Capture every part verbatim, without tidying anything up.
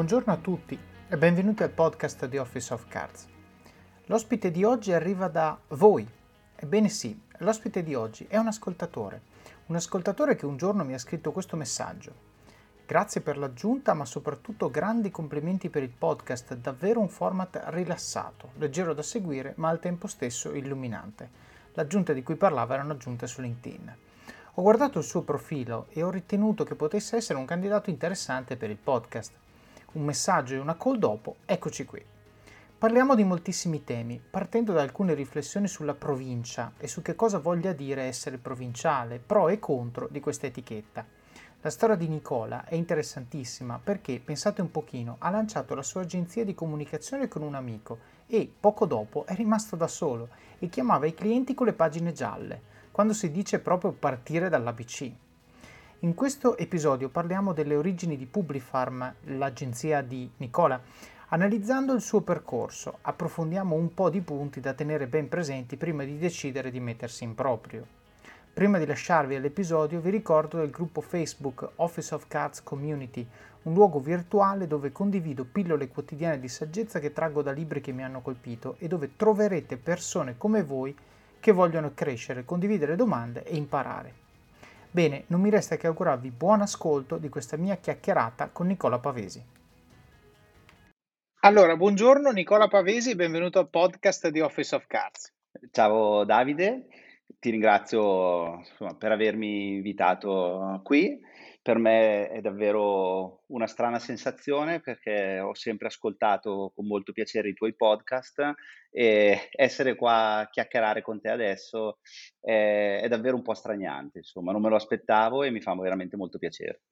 Buongiorno a tutti e benvenuti al podcast di Office of Cards. L'ospite di oggi arriva da voi. Ebbene sì, l'ospite di oggi è un ascoltatore. Un ascoltatore che un giorno mi ha scritto questo messaggio. Grazie per l'aggiunta, ma soprattutto grandi complimenti per il podcast, davvero un format rilassato, leggero da seguire, ma al tempo stesso illuminante. L'aggiunta di cui parlava era un'aggiunta su LinkedIn. Ho guardato il suo profilo e ho ritenuto che potesse essere un candidato interessante per il podcast. Un messaggio e una call dopo, eccoci qui. Parliamo di moltissimi temi, partendo da alcune riflessioni sulla provincia e su che cosa voglia dire essere provinciale, pro e contro di questa etichetta. La storia di Nicola è interessantissima perché, pensate un pochino, ha lanciato la sua agenzia di comunicazione con un amico e, poco dopo, è rimasto da solo e chiamava i clienti con le pagine gialle, quando si dice proprio partire dall'A B C. In questo episodio parliamo delle origini di Publifarm, l'agenzia di Nicola. Analizzando il suo percorso, approfondiamo un po' di punti da tenere ben presenti prima di decidere di mettersi in proprio. Prima di lasciarvi all'episodio vi ricordo del gruppo Facebook Office of Cards Community, un luogo virtuale dove condivido pillole quotidiane di saggezza che traggo da libri che mi hanno colpito e dove troverete persone come voi che vogliono crescere, condividere domande e imparare. Bene, non mi resta che augurarvi buon ascolto di questa mia chiacchierata con Nicola Pavesi. Allora, buongiorno Nicola Pavesi, benvenuto al podcast di Office of Cards. Ciao Davide, ti ringrazio insomma, per avermi invitato qui. Per me è davvero una strana sensazione perché ho sempre ascoltato con molto piacere i tuoi podcast e essere qua a chiacchierare con te adesso è, è davvero un po' straniante, insomma, non me lo aspettavo e mi fa veramente molto piacere.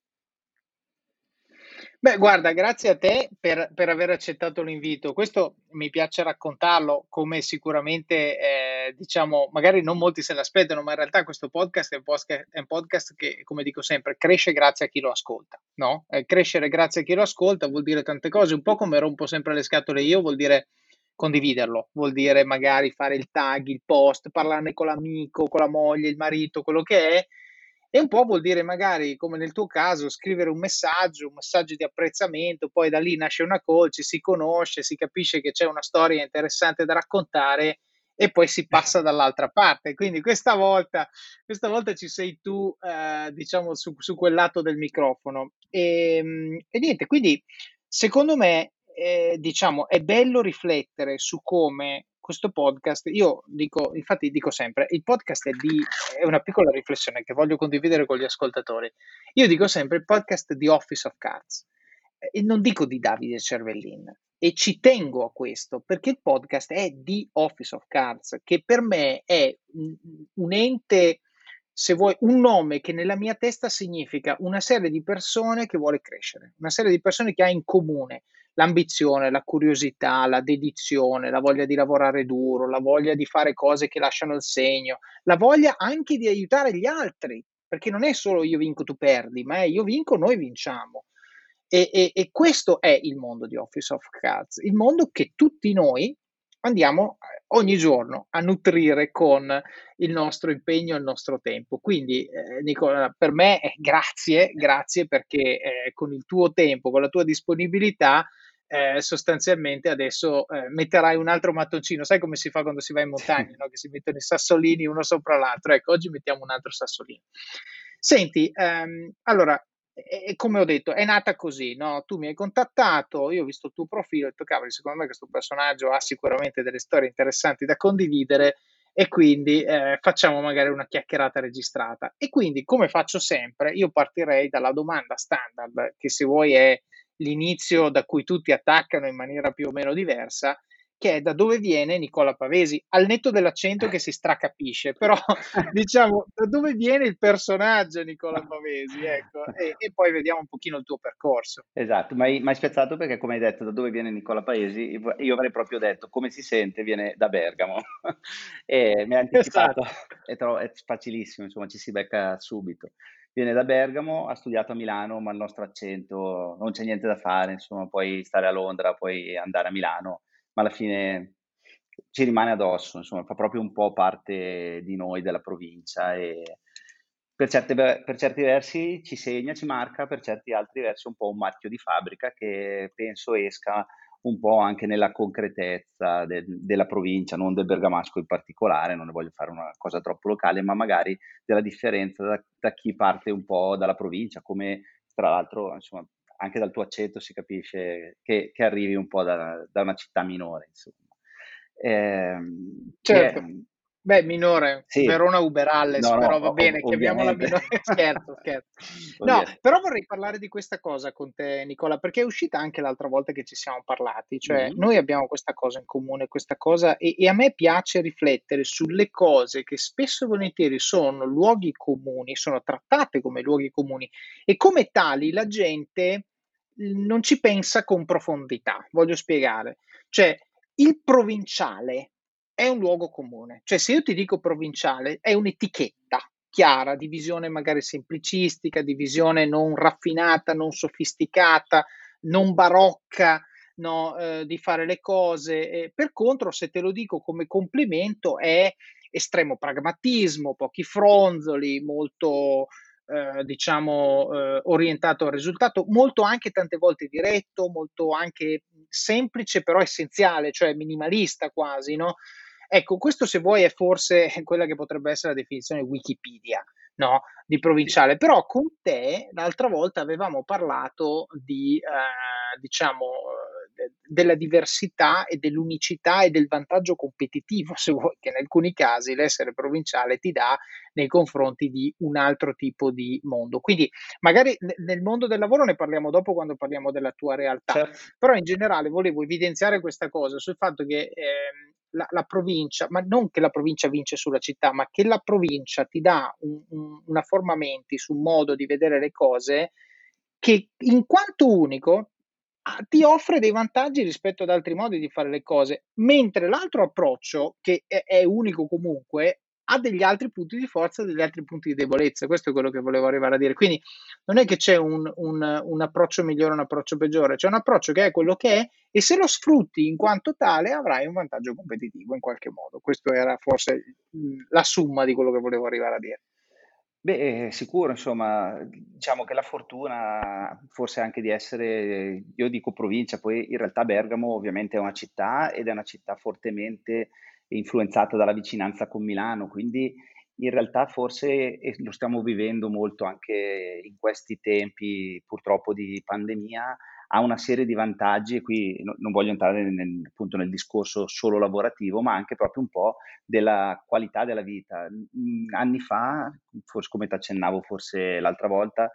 Beh, guarda, grazie a te per, per aver accettato l'invito. Questo mi piace raccontarlo come sicuramente, eh, diciamo, magari non molti se l'aspettano, ma in realtà questo podcast è un podcast, è un podcast che, come dico sempre, cresce grazie a chi lo ascolta, no? Eh, crescere grazie a chi lo ascolta vuol dire tante cose, un po' come rompo sempre le scatole io, vuol dire condividerlo, vuol dire magari fare il tag, il post, parlarne con l'amico, con la moglie, il marito, quello che è. E un po' vuol dire magari, come nel tuo caso, scrivere un messaggio, un messaggio di apprezzamento, poi da lì nasce una call, ci si conosce, si capisce che c'è una storia interessante da raccontare e poi si passa dall'altra parte. Quindi questa volta, questa volta ci sei tu, eh, diciamo, su, su quel lato del microfono. E, e niente, quindi secondo me, eh, diciamo, è bello riflettere su come questo podcast, io dico, infatti dico sempre, il podcast è, di, è una piccola riflessione che voglio condividere con gli ascoltatori. Io dico sempre il podcast di Office of Cards e non dico di Davide Cervellin. E ci tengo a questo perché il podcast è di Office of Cards, che per me è un, un ente, se vuoi, un nome che nella mia testa significa una serie di persone che vuole crescere, una serie di persone che ha in comune l'ambizione, la curiosità, la dedizione, la voglia di lavorare duro, la voglia di fare cose che lasciano il segno, la voglia anche di aiutare gli altri, perché non è solo io vinco, tu perdi, ma è io vinco, noi vinciamo. E, e, e questo è il mondo di Office of Cards, il mondo che tutti noi andiamo ogni giorno a nutrire con il nostro impegno e il nostro tempo. Quindi, eh, Nicola, per me eh, grazie, grazie perché eh, con il tuo tempo, con la tua disponibilità, eh, sostanzialmente adesso eh, metterai un altro mattoncino. Sai come si fa quando si va in montagna, no? Che si mettono i sassolini uno sopra l'altro. Ecco, oggi mettiamo un altro sassolino. Senti, ehm, allora, e come ho detto, è nata così, no? Tu mi hai contattato, io ho visto il tuo profilo e ho detto, cavoli, secondo me questo personaggio ha sicuramente delle storie interessanti da condividere e quindi eh, facciamo magari una chiacchierata registrata. E quindi, come faccio sempre, io partirei dalla domanda standard, che se vuoi è l'inizio da cui tutti attaccano in maniera più o meno diversa, che è da dove viene Nicola Pavesi, al netto dell'accento che si stracapisce, però diciamo da dove viene il personaggio Nicola Pavesi, ecco, e, e poi vediamo un pochino il tuo percorso. Esatto, ma hai, spiazzato perché come hai detto da dove viene Nicola Paesi, io io avrei proprio detto come si sente, viene da Bergamo e mi ha anticipato, Esatto. è, tro- è facilissimo, insomma ci si becca subito. Viene da Bergamo, ha studiato a Milano, ma il nostro accento non c'è niente da fare, insomma puoi stare a Londra, puoi andare a Milano, ma alla fine ci rimane addosso, insomma fa proprio un po' parte di noi, della provincia e per certe ve per certi versi ci segna, ci marca, per certi altri versi è un po' un marchio di fabbrica che penso esca un po' anche nella concretezza del della provincia, non del bergamasco in particolare, non ne voglio fare una cosa troppo locale, ma magari della differenza da da chi parte un po' dalla provincia, come tra l'altro, insomma, anche dal tuo accento si capisce che che arrivi un po' da da una città minore, insomma. Ehm, ti è Certo. Beh, minore, sì, Verona Uberalles, no, no, però va o ov bene, chiamiamola ovviamente. minore. Scherzo, scherzo. No, Ovvia però vorrei parlare di questa cosa con te, Nicola, perché è uscita anche l'altra volta che ci siamo parlati, cioè Mh-mh. noi abbiamo questa cosa in comune, questa cosa, e, e a me piace riflettere sulle cose che spesso e volentieri sono luoghi comuni, sono trattate come luoghi comuni e come tali la gente mh, non ci pensa con profondità. Voglio spiegare. Cioè, il provinciale è un luogo comune. Cioè, se io ti dico provinciale, è un'etichetta chiara, di visione magari semplicistica, di visione non raffinata, non sofisticata, non barocca, no, eh, di fare le cose. Eh, per contro, se te lo dico come complimento, è estremo pragmatismo, pochi fronzoli, molto eh, diciamo eh, orientato al risultato, molto anche tante volte diretto, molto anche semplice però essenziale, cioè minimalista quasi, no? Ecco, questo se vuoi è forse quella che potrebbe essere la definizione Wikipedia, no? Di Sì, provinciale. Però con te l'altra volta avevamo parlato di, eh, diciamo, de- della diversità e dell'unicità e del vantaggio competitivo, se vuoi, che in alcuni casi l'essere provinciale ti dà nei confronti di un altro tipo di mondo. Quindi magari ne- nel mondo del lavoro ne parliamo dopo quando parliamo della tua realtà, certo. però in generale volevo evidenziare questa cosa sul fatto che ehm, la, la provincia, ma non che la provincia vince sulla città, ma che la provincia ti dà un, un, una forma menti su un modo di vedere le cose che in quanto unico ah, ti offre dei vantaggi rispetto ad altri modi di fare le cose, mentre l'altro approccio, che è, è unico comunque, ha degli altri punti di forza e degli altri punti di debolezza. Questo è quello che volevo arrivare a dire. Quindi non è che c'è un, un, un approccio migliore o un approccio peggiore, c'è un approccio che è quello che è e se lo sfrutti in quanto tale avrai un vantaggio competitivo in qualche modo. Questo era forse mh, la summa di quello che volevo arrivare a dire. Beh, eh, sicuro insomma, diciamo che la fortuna forse anche di essere io dico provincia, poi in realtà Bergamo ovviamente è una città ed è una città fortemente influenzata dalla vicinanza con Milano, quindi in realtà forse, e lo stiamo vivendo molto anche in questi tempi purtroppo di pandemia, ha una serie di vantaggi e qui no non voglio entrare nel appunto nel discorso solo lavorativo, ma anche proprio un po' della qualità della vita. Mhmm, Anni fa, forse come t'accennavo forse l'altra volta,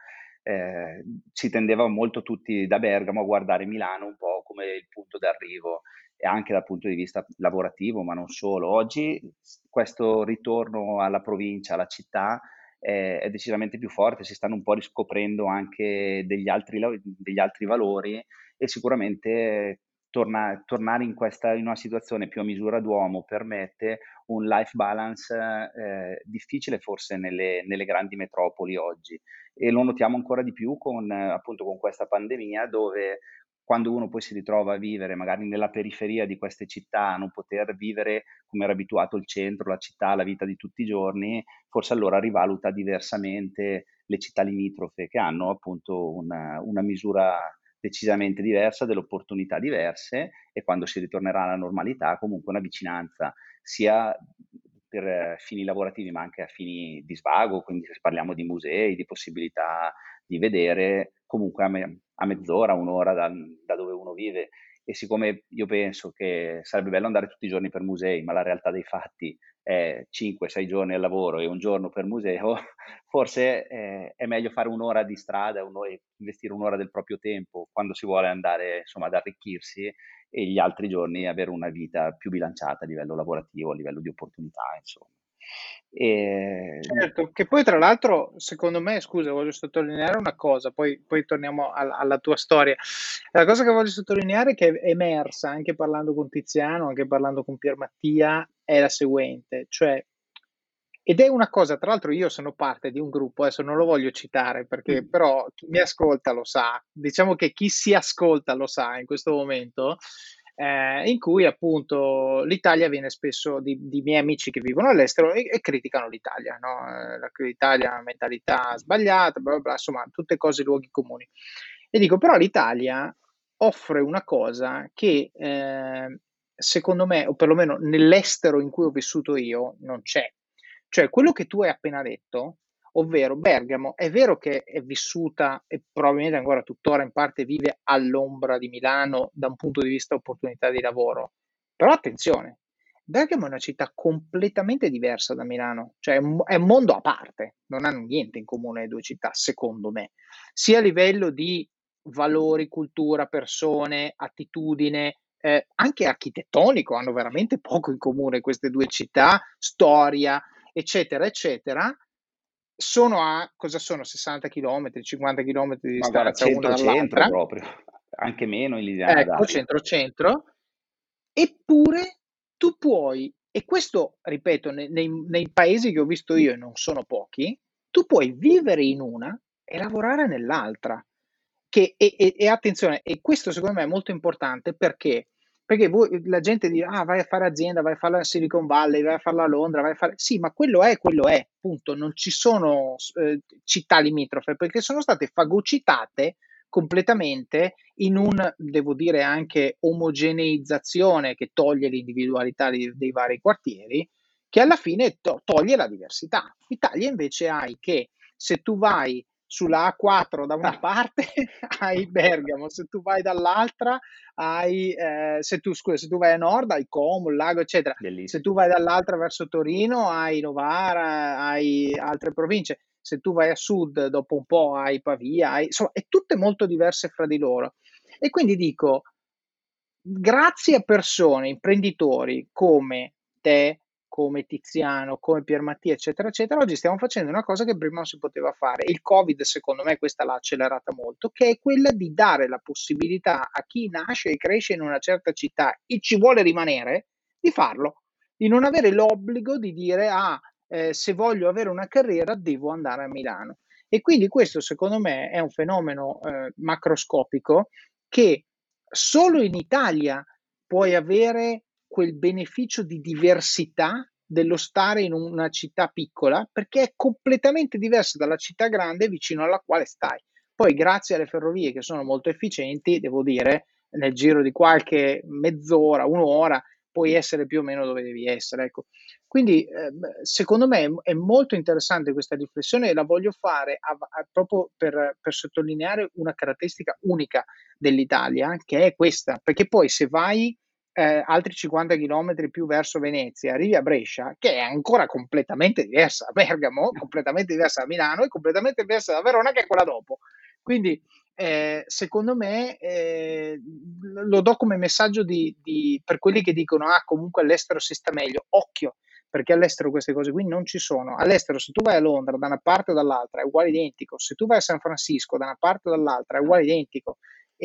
ehm, si tendeva molto tutti da Bergamo a guardare Milano un po' come il punto d'arrivo e anche dal punto di vista lavorativo, ma non solo. Oggi s questo ritorno alla provincia, alla città, è è decisamente più forte, si stanno un po' riscoprendo anche degli altri la degli altri valori e sicuramente torna tornare in questa in una situazione più a misura d'uomo permette un life balance, ehm, difficile forse nelle nelle grandi metropoli oggi. E lo notiamo ancora di più con eh, appunto, con questa pandemia dove quando uno poi si ritrova a vivere magari nella periferia di queste città, non poter vivere come era abituato il centro, la città, la vita di tutti i giorni, forse allora rivaluta diversamente le città limitrofe che hanno appunto una una misura decisamente diversa, delle opportunità diverse e quando si ritornerà alla normalità comunque una vicinanza sia per eh, fini lavorativi, ma anche a fini di svago, quindi se parliamo di musei, di possibilità di vedere comunque a me a mezz'ora, un' ora da da dove uno vive. E siccome io penso che sarebbe bello andare tutti i giorni per musei, ma la realtà dei fatti è cinque, sei giorni al lavoro e un giorno per museo, forse, ehm, è meglio fare un' ora di strada, un o e investire un' ora del proprio tempo quando si vuole andare, insomma, ad arricchirsi e gli altri giorni avere una vita più bilanciata a livello lavorativo, a livello di opportunità, insomma. Ehm Certo, che poi tra l'altro, secondo me, scusa, voglio sottolineare una cosa, poi, poi torniamo al- alla tua storia. La cosa che voglio sottolineare che è emersa anche parlando con Tiziano, anche parlando con Pier Mattia, è la seguente, cioè, ed è una cosa, tra l'altro io sono parte di un gruppo, adesso non lo voglio citare perché però chi mi ascolta lo sa, diciamo che chi si ascolta lo sa in questo momento, eh, in cui appunto l'Italia viene spesso di, di miei amici che vivono all'estero e, e criticano l'Italia, no? Eh, la- L'Italia ha una mentalità sbagliata, bla bla bla, insomma, tutte cose, luoghi comuni. E dico, però l'Italia offre una cosa che eh, secondo me, o perlomeno nell'estero in cui ho vissuto io, non c'è. Cioè, quello che tu hai appena detto, ovvero Bergamo, è vero che è vissuta e probabilmente ancora tuttora in parte vive all'ombra di Milano da un punto di vista opportunità di lavoro, però attenzione, Bergamo è una città completamente diversa da Milano, cioè è un, è un mondo a parte, non hanno niente in comune le due città, secondo me, sia a livello di valori, cultura, persone, attitudine, eh, anche architettonico, hanno veramente poco in comune queste due città, storia, eccetera, eccetera. Sono a cosa sono sessanta chilometri, cinquanta chilometri di Ma guarda, distanza una centro-centro dall'altra, proprio, anche meno in linea ecco, d'aria. centro-centro, eppure tu puoi, e questo ripeto, nei, nei- nei paesi che ho visto io, e non sono pochi, tu puoi vivere in una e lavorare nell'altra. Che, e, e- e attenzione, e questo secondo me è molto importante perché, perché voi- la gente dice, ah, vai a fare azienda, vai a fare la Silicon Valley, vai a farla a Londra, vai a fare... Sì, ma quello è, quello è, punto. Non ci sono eh, città limitrofe perché sono state fagocitate completamente in un, devo dire, anche omogeneizzazione che toglie l'individualità dei, dei vari quartieri, che alla fine to- toglie la diversità. In Italia invece hai che se tu vai sulla A quattro da una Ah, parte hai Bergamo, se tu vai dall'altra hai, eh, se, tu, scusa, se tu vai a nord hai Como, il lago, eccetera. Se tu bellissimo. vai dall'altra verso Torino hai Novara, hai altre province. Se tu vai a sud, dopo un po' hai Pavia, hai, insomma, è tutte molto diverse fra di loro. E quindi dico, grazie a persone, imprenditori come te, come Tiziano, come Piermattia, eccetera, eccetera, oggi stiamo facendo una cosa che prima non si poteva fare. Il Covid, secondo me, questa l'ha accelerata molto, che è quella di dare la possibilità a chi nasce e cresce in una certa città e ci vuole rimanere, di farlo, di non avere l'obbligo di dire, ah, eh, se voglio avere una carriera devo andare a Milano. E quindi questo, secondo me, è un fenomeno eh, macroscopico che solo in Italia puoi avere quel beneficio di diversità dello stare in una città piccola perché è completamente diversa dalla città grande vicino alla quale stai. Poi, grazie alle ferrovie che sono molto efficienti, devo dire, nel giro di qualche mezz'ora, un'ora, puoi essere più o meno dove devi essere. Ecco. Quindi, eh, secondo me è molto interessante questa riflessione e la voglio fare a, a, proprio per, per sottolineare una caratteristica unica dell'Italia, che è questa, perché poi se vai eh, altri cinquanta chilometri più verso Venezia, arrivi a Brescia, che è ancora completamente diversa da Bergamo, completamente diversa da Milano e completamente diversa da Verona, che è quella dopo. Quindi, eh, secondo me, eh, lo do come messaggio di, di, per quelli che dicono, ah, comunque all'estero si sta meglio. Occhio, perché all'estero queste cose qui non ci sono. All'estero, se tu vai a Londra da una parte o dall'altra è uguale identico, se tu vai a San Francisco da una parte o dall'altra è uguale identico,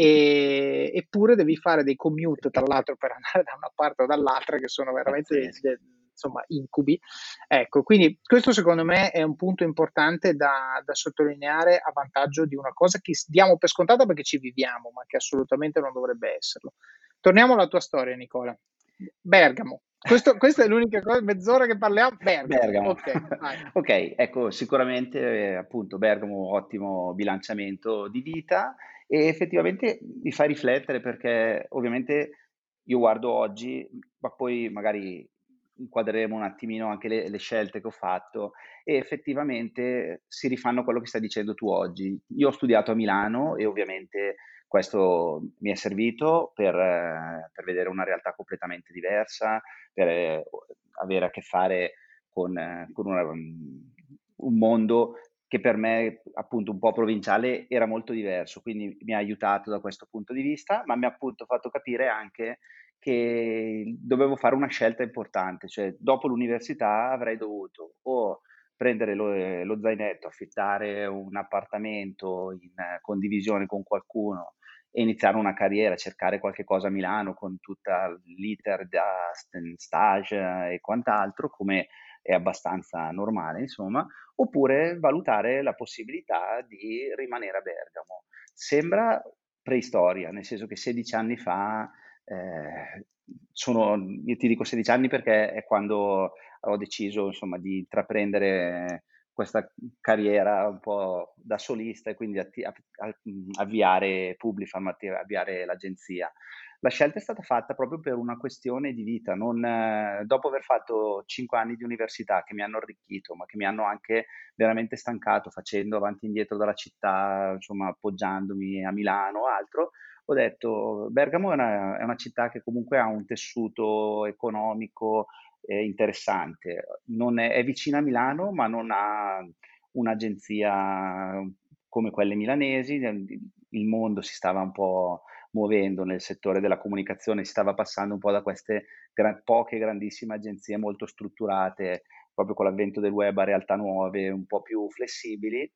e, eppure devi fare dei commute tra l'altro per andare da una parte o dall'altra che sono veramente Pazzesco. de, insomma incubi. Ecco, quindi questo secondo me è un punto importante da, da sottolineare a vantaggio di una cosa che diamo per scontata perché ci viviamo, ma che assolutamente non dovrebbe esserlo. Torniamo alla tua storia, Nicola. Bergamo. Questo, questa è l'unica cosa, mezz'ora che parliamo. Bergamo, Bergamo. ok, vai. Ok, ecco, sicuramente eh, appunto Bergamo ottimo bilanciamento di vita e effettivamente mi fa riflettere perché ovviamente io guardo oggi, ma poi magari inquadreremo un attimino anche le, le scelte che ho fatto e effettivamente si rifanno a quello che stai dicendo tu oggi. Io ho studiato a Milano e ovviamente questo mi è servito per, eh, per vedere una realtà completamente diversa, per eh, avere a che fare con, eh, con una- un mondo che per me, appunto, un po' provinciale era molto diverso, quindi mi ha aiutato da questo punto di vista, ma mi ha appunto fatto capire anche che dovevo fare una scelta importante, cioè dopo l'università avrei dovuto o prendere lo, lo zainetto, affittare un appartamento in eh, condivisione con qualcuno e iniziare una carriera, cercare qualche cosa a Milano con tutta l'iter da st- stage e quant'altro, come è abbastanza normale, insomma, oppure valutare la possibilità di rimanere a Bergamo. Sembra preistoria, nel senso che sedici anni fa eh, sono, io ti dico sedici anni perché è quando ho deciso, insomma, di intraprendere questa carriera un po' da solista e quindi atti- a- a- avviare Publifarm, atti- avviare l'agenzia. La scelta è stata fatta proprio per una questione di vita, non, eh, dopo aver fatto cinque anni di università che mi hanno arricchito, ma che mi hanno anche veramente stancato facendo avanti e indietro dalla città, insomma, appoggiandomi a Milano o altro, ho detto Bergamo è una, è una città che comunque ha un tessuto economico eh, interessante. Non è, è vicina a Milano, ma non ha un'agenzia come quelle milanesi. Il mondo si stava un po' muovendo nel settore della comunicazione, si stava passando un po' da queste gra- poche grandissime agenzie molto strutturate, proprio con l'avvento del web a realtà nuove, un po' più flessibili.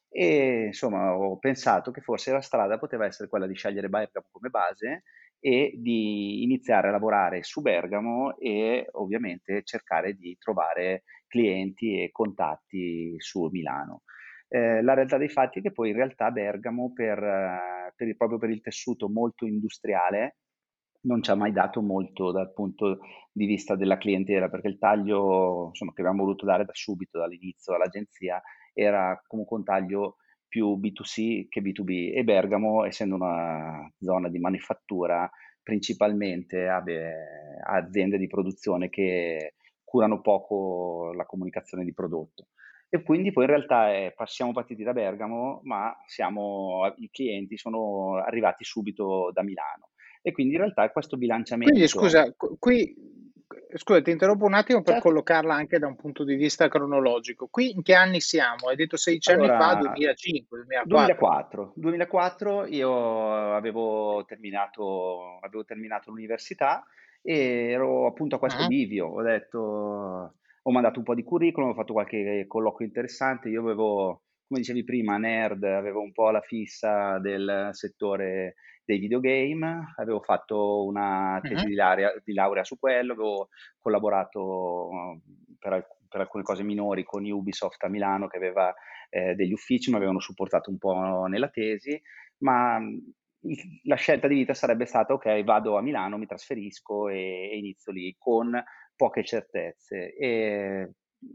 E insomma, ho pensato che forse la strada poteva essere quella di scegliere Bergamo come base e di iniziare a lavorare su Bergamo e ovviamente cercare di trovare clienti e contatti su Milano. Eh, la realtà dei fatti è che poi in realtà Bergamo, per, eh, per il- proprio per il tessuto molto industriale, non ci ha mai dato molto dal punto di vista della clientela, perché il taglio, insomma, che abbiamo voluto dare da subito, dall'inizio all'agenzia, era comunque un taglio più B due C che B due B e Bergamo, essendo una zona di manifattura, principalmente ha beh, ha aziende di produzione che curano poco la comunicazione di prodotto. E quindi poi in realtà è, siamo partiti da Bergamo, ma siamo, i clienti sono arrivati subito da Milano. E quindi in realtà questo Quindi bilanciamento, scusa, qu- qui, scusa, ti interrompo un attimo per certo, collocarla anche da un punto di vista cronologico. Qui in che anni siamo? Hai detto sedici anni fa, allora, duemilacinque, duemilaquattro. duemilaquattro, duemilaquattro io avevo terminato, avevo terminato l'università e ero appunto a questo Ah, bivio. Ho detto, ho mandato un po' di curriculum, ho fatto qualche colloquio interessante. Io avevo, come dicevi prima, nerd, avevo un po' la fissa del settore dei videogame, avevo fatto una tesi mhm. di laurea, di laurea su quello, avevo collaborato eh, per, alc- per alcune cose minori con Ubisoft a Milano che aveva eh, degli uffici, mi avevano supportato un po' nella tesi, ma mh, il- la scelta di vita sarebbe stata ok, vado a Milano, mi trasferisco e, e inizio lì con poche certezze. E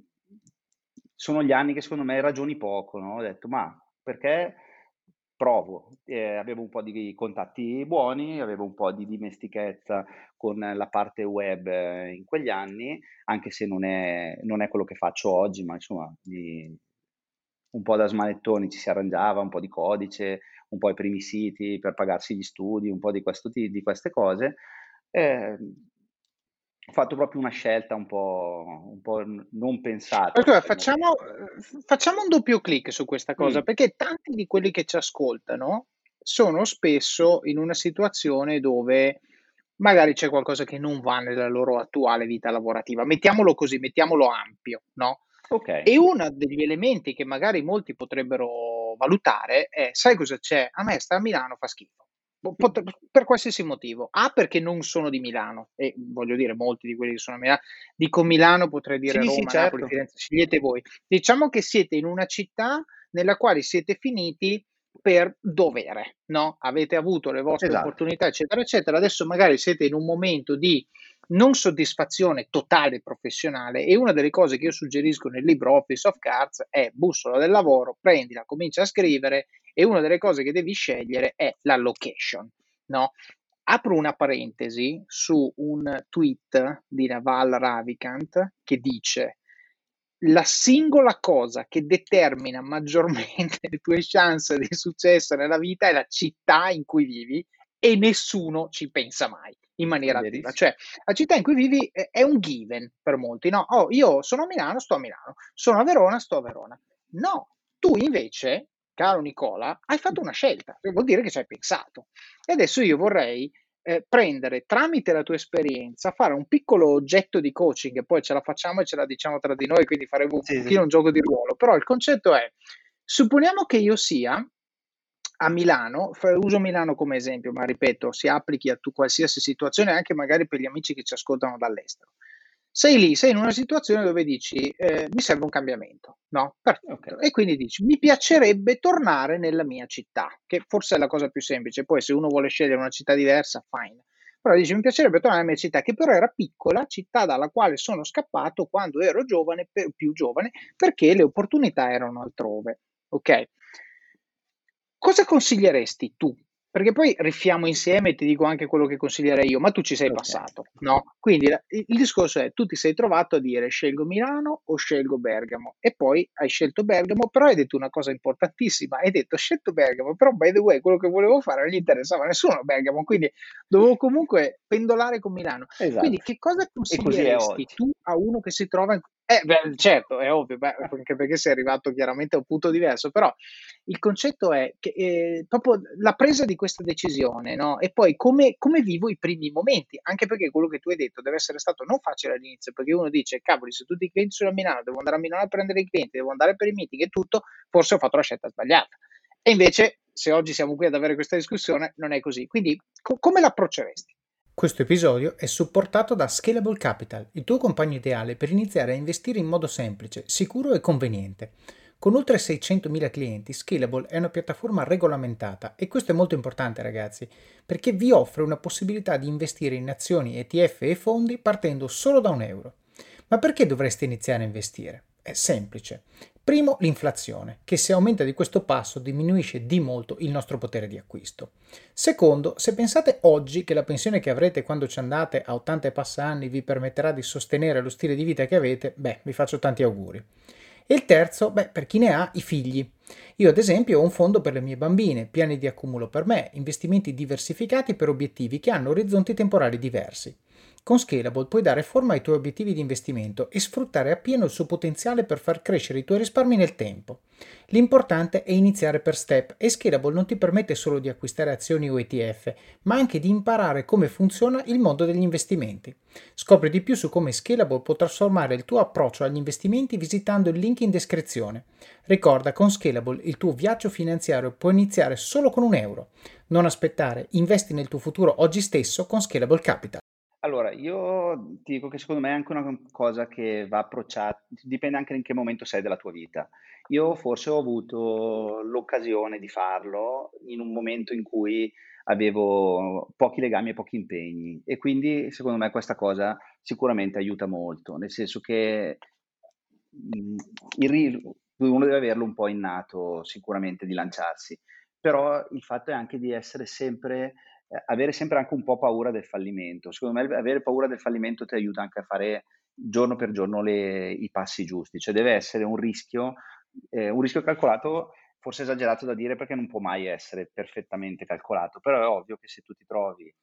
sono gli anni che secondo me ragioni poco, no? Ho detto, ma perché provo? Eh, avevo un po' di contatti buoni, avevo un po' di dimestichezza con la parte web eh, in quegli anni, anche se non è, non è quello che faccio oggi, ma insomma, di- un po' da smanettoni ci si arrangiava, un po' di codice, un po' i primi siti per pagarsi gli studi, un po' di, questo, ti- di queste cose. Eh, ho fatto proprio una scelta un po', un po' n- non pensata, Allora, diciamo. facciamo, eh, facciamo un doppio clic su questa cosa, Mm, perché tanti di quelli che ci ascoltano sono spesso in una situazione dove magari c'è qualcosa che non va nella loro attuale vita lavorativa. Mettiamolo così, mettiamolo ampio, no? ok, E uno degli elementi che magari molti potrebbero valutare è, sai cosa c'è? A me sta a Milano fa schifo. Pot- Per qualsiasi motivo. A, perché non sono di Milano, e voglio dire, molti di quelli che sono a Milano, dico Milano, potrei dire sì, sì, Roma, Napoli, certo, Firenze, scegliete voi. Diciamo che siete in una città nella quale siete finiti per dovere, no? Avete avuto le vostre esatto. opportunità, eccetera, eccetera. Adesso magari siete in un momento di non soddisfazione totale professionale e una delle cose che io suggerisco nel libro Office of Cards è bussola del lavoro, prendila, comincia a scrivere e una delle cose che devi scegliere è la location, no? Apro una parentesi su un tweet di Naval Ravikant che dice la singola cosa che determina maggiormente le tue chance di successo nella vita è la città in cui vivi e nessuno ci pensa mai in È maniera attiva. verissimo. Cioè, la città in cui vivi è, è un given per molti, no? Oh, io sono a Milano, sto a Milano, sono a Verona, sto a Verona. No, tu invece, caro Nicola, hai fatto una scelta, vuol dire che ci hai pensato. E adesso io vorrei eh, prendere tramite la tua esperienza, fare un piccolo oggetto di coaching, e poi ce la facciamo e ce la diciamo tra di noi, quindi faremo un Sì, sì, pochino sì. un gioco di ruolo. Però il concetto è, supponiamo che io sia a Milano, uso Milano come esempio, ma ripeto, si applichi a tu qualsiasi situazione, anche magari per gli amici che ci ascoltano dall'estero. Sei lì, sei in una situazione dove dici eh, mi serve un cambiamento, no? Ok. Perfetto. E quindi dici mi piacerebbe tornare nella mia città, che forse è la cosa più semplice. Poi se uno vuole scegliere una città diversa, fine. però dice mi piacerebbe tornare alla mia città, che però era piccola, città dalla quale sono scappato quando ero giovane, per, più giovane, perché le opportunità erano altrove. Ok? Cosa consiglieresti tu? Perché poi rifiamo insieme e ti dico anche quello che consiglierei io, ma tu ci sei Ok. passato, no? Quindi la- il il discorso è, tu ti sei trovato a dire scelgo Milano o scelgo Bergamo e poi hai scelto Bergamo, però hai detto una cosa importantissima, hai detto ho scelto Bergamo, però by the way quello che volevo fare non gli interessava a nessuno a Bergamo, quindi dovevo comunque pendolare con Milano. Quindi Esatto. che cosa E così è consiglieresti oggi. tu a uno che si trova in... Eh, beh, certo, è ovvio, beh, anche perché sei arrivato chiaramente a un punto diverso, però il concetto è che eh, proprio la presa di questa decisione, no? E poi come, come vivo i primi momenti, anche perché quello che tu hai detto deve essere stato non facile all'inizio, perché uno dice, cavoli, se tutti i clienti sono a Milano, devo andare a Milano a prendere i clienti, devo andare per i meeting e tutto, forse ho fatto la scelta sbagliata. E invece, se oggi siamo qui ad avere questa discussione, non è così. Quindi, co- come l'approcceresti? Questo episodio è supportato da Scalable Capital, il tuo compagno ideale per iniziare a investire in modo semplice, sicuro e conveniente. Con oltre seicentomila clienti, Scalable è una piattaforma regolamentata e questo è molto importante ragazzi, perché vi offre una possibilità di investire in azioni, E T F e fondi partendo solo da un euro. Ma perché dovreste iniziare a investire? È semplice. Primo, l'inflazione, che se aumenta di questo passo diminuisce di molto il nostro potere di acquisto. Secondo, se pensate oggi che la pensione che avrete quando ci andate a ottanta e passa anni vi permetterà di sostenere lo stile di vita che avete, beh, vi faccio tanti auguri. E il terzo, beh, per chi ne ha, i figli. Io ad esempio ho un fondo per le mie bambine, piani di accumulo per me, investimenti diversificati per obiettivi che hanno orizzonti temporali diversi. Con Scalable puoi dare forma ai tuoi obiettivi di investimento e sfruttare appieno il suo potenziale per far crescere i tuoi risparmi nel tempo. L'importante è iniziare per step e Scalable non ti permette solo di acquistare azioni o E T F, ma anche di imparare come funziona il mondo degli investimenti. Scopri di più su come Scalable può trasformare il tuo approccio agli investimenti visitando il link in descrizione. Ricorda, con Scalable il tuo viaggio finanziario può iniziare solo con un euro. Non aspettare, investi nel tuo futuro oggi stesso con Scalable Capital. Allora, io ti dico che secondo me è anche una cosa che va approcciata, dipende anche in che momento sei della tua vita. Io forse ho avuto l'occasione di farlo in un momento in cui avevo pochi legami e pochi impegni e quindi secondo me questa cosa sicuramente aiuta molto, nel senso che mh, il ri- uno deve averlo un po' innato sicuramente di lanciarsi, però il fatto è anche di essere sempre eh, avere sempre anche un po' paura del fallimento. Secondo me avere paura del fallimento ti aiuta anche a fare giorno per giorno le- i passi giusti, cioè deve essere un rischio, eh, un rischio calcolato, forse esagerato da dire perché non può mai essere perfettamente calcolato, però è ovvio che se tu ti trovi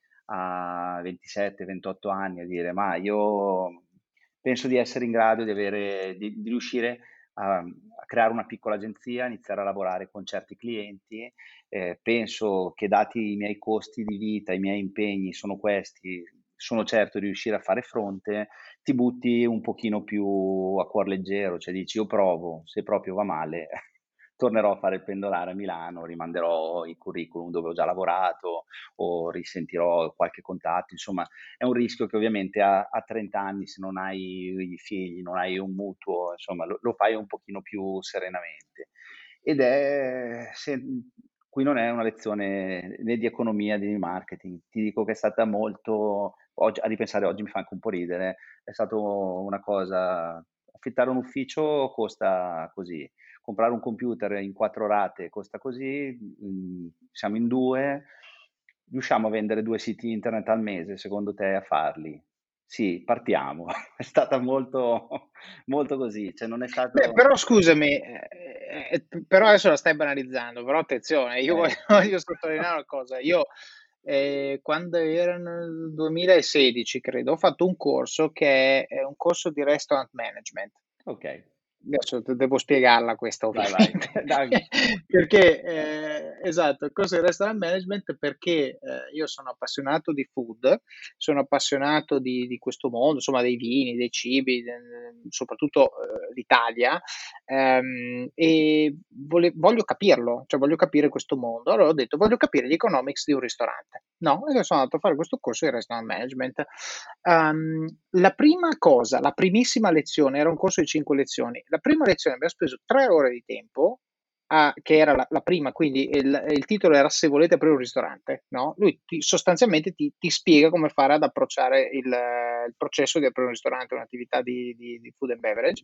a ventisette ventotto anni a dire ma io penso di essere in grado di, avere, di, di riuscire a, a creare una piccola agenzia, iniziare a lavorare con certi clienti, eh, penso che dati i miei costi di vita, i miei impegni sono questi, sono certo di riuscire a fare fronte, ti butti un pochino più a cuor leggero, cioè dici io provo, se proprio va male tornerò a fare il pendolare a Milano, rimanderò il curriculum dove ho già lavorato o risentirò qualche contatto, insomma è un rischio che ovviamente a, a trenta anni se non hai i figli, non hai un mutuo, insomma lo, lo fai un pochino più serenamente ed è, se, qui non è una lezione né di economia né di marketing, ti dico che è stata molto, oggi, a ripensare oggi mi fa anche un po' ridere, è stata una cosa, affittare un ufficio costa così, comprare un computer in quattro rate costa così, mh, siamo in due, riusciamo a vendere due siti internet al mese, secondo te a farli? Sì, partiamo. È stata molto, molto così, cioè non è Beh, stato... però scusami, eh, eh, però adesso la stai banalizzando, però attenzione, io voglio, Eh, voglio sottolineare una cosa, io eh, quando era nel duemilasedici, credo, ho fatto un corso che è un corso di restaurant management. ok, Adesso te- devo spiegarla questa vai, vai. ovviamente, Dai. perché eh, esatto, il corso di restaurant management perché eh, io sono appassionato di food, sono appassionato di, di questo mondo, insomma dei vini, dei cibi, de- soprattutto eh, l'Italia, ehm, e vole- voglio capirlo, cioè voglio capire questo mondo. Allora ho detto voglio capire gli economics di un ristorante. No, e sono andato a fare questo corso di restaurant management. Ehm, la prima cosa, la primissima lezione, era un corso di cinque lezioni. La prima lezione abbiamo speso tre ore di tempo a, che era la, la prima, quindi il, il titolo era Se volete aprire un ristorante, no? Lui ti, sostanzialmente ti, ti spiega come fare ad approcciare il, il processo di aprire un ristorante, un'attività di, di, di food and beverage.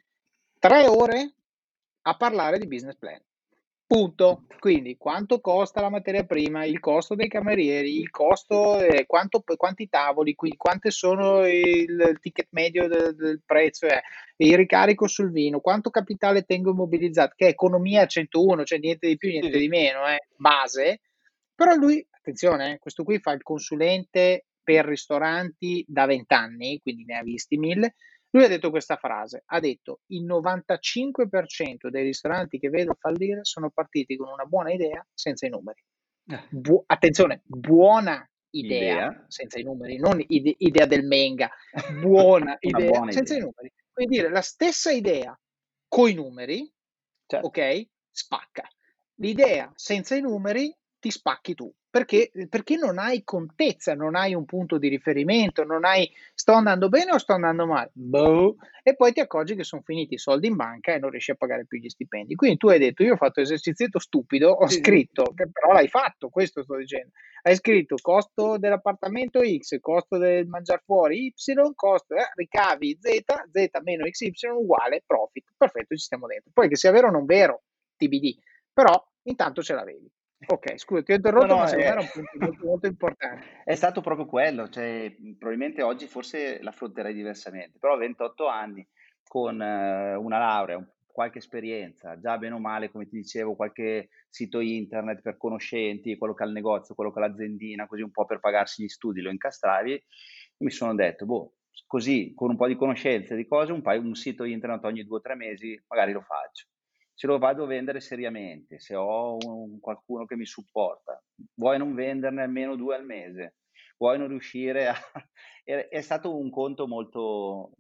Tre ore a parlare di business plan. Punto. Quindi quanto costa la materia prima, il costo dei camerieri, il costo, eh, quanto, quanti tavoli, quindi quante sono il, il ticket medio del, del prezzo, eh, il ricarico sul vino, quanto capitale tengo immobilizzato, che è economia centouno, cioè niente di più, niente di meno, eh, base. Però lui, attenzione, eh, questo qui fa il consulente per ristoranti da vent'anni, quindi ne ha visti mille. Lui ha detto questa frase, ha detto il novantacinque per cento dei ristoranti che vedo fallire sono partiti con una buona idea senza i numeri. Bu- attenzione, buona idea, Idea. senza i numeri, non ide- idea del Menga, buona Una idea buona senza idea. i numeri. Quindi dire la stessa idea coi numeri, Certo. ok, spacca. L'idea senza i numeri ti spacchi tu, perché, perché non hai contezza, non hai un punto di riferimento, non hai sto andando bene o sto andando male, boh, e poi ti accorgi che sono finiti i soldi in banca e non riesci a pagare più gli stipendi. Quindi tu hai detto, io ho fatto esercizietto stupido, ho Sì, sì. scritto, che però l'hai fatto, questo sto dicendo, hai scritto costo dell'appartamento X, costo del mangiare fuori Y, costo, eh, ricavi Z, Z meno X Y uguale profit, perfetto, ci stiamo dentro. Poi che sia vero o non vero, T B D, però intanto ce l'avevi. Ok, scusa, ti ho No, interrotto, no, ma secondo è, me era un punto molto, molto importante. è stato proprio quello, cioè, mh, probabilmente oggi forse l'affronterei diversamente, però a ventotto anni, con eh, una laurea, un- qualche esperienza, già bene o male, come ti dicevo, qualche sito internet per conoscenti, quello che ha il negozio, quello che ha l'aziendina, così un po' per pagarsi gli studi lo incastravi, mi sono detto, boh, così, con un po' di conoscenze di cose, un, paio, un sito internet ogni due o tre mesi, magari lo faccio. Se lo vado a vendere seriamente, se ho un- qualcuno che mi supporta, vuoi non venderne almeno due al mese, vuoi non riuscire a... è, è stato un conto molto,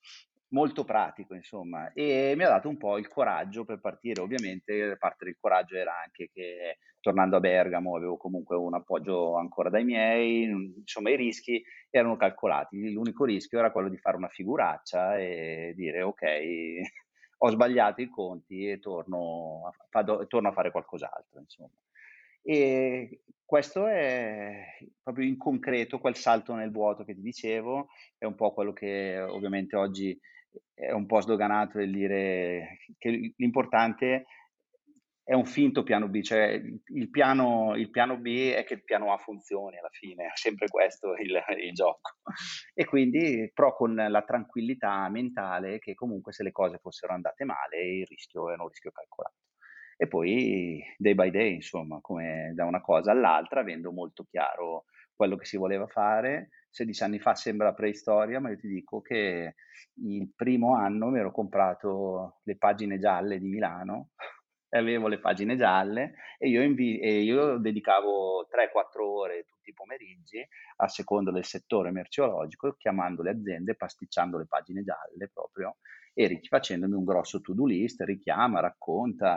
molto pratico, insomma, e mi ha dato un po' il coraggio per partire. Ovviamente parte del coraggio era anche che tornando a Bergamo avevo comunque un appoggio ancora dai miei, insomma i rischi erano calcolati. L'unico rischio era quello di fare una figuraccia e dire ok, ho sbagliato i conti e torno a, vado- torno a fare qualcos'altro, insomma. E questo è proprio in concreto quel salto nel vuoto che ti dicevo, è un po' quello che ovviamente oggi è un po' sdoganato il dire che l'importante è un finto piano B, cioè il piano, il piano B è che il piano A funzioni alla fine, è sempre questo il, il gioco. E quindi, però con la tranquillità mentale che comunque se le cose fossero andate male il rischio è un rischio calcolato. E poi day by day, insomma, come da una cosa all'altra, avendo molto chiaro quello che si voleva fare. sedici anni fa sembra preistoria, ma io ti dico che il primo anno mi ero comprato le pagine gialle di Milano e avevo le pagine gialle e io, invi- e io dedicavo tre quattro ore tutti i pomeriggi a seconda del settore merceologico, chiamando le aziende, pasticciando le pagine gialle proprio e ri- facendomi un grosso to-do list, richiama, racconta.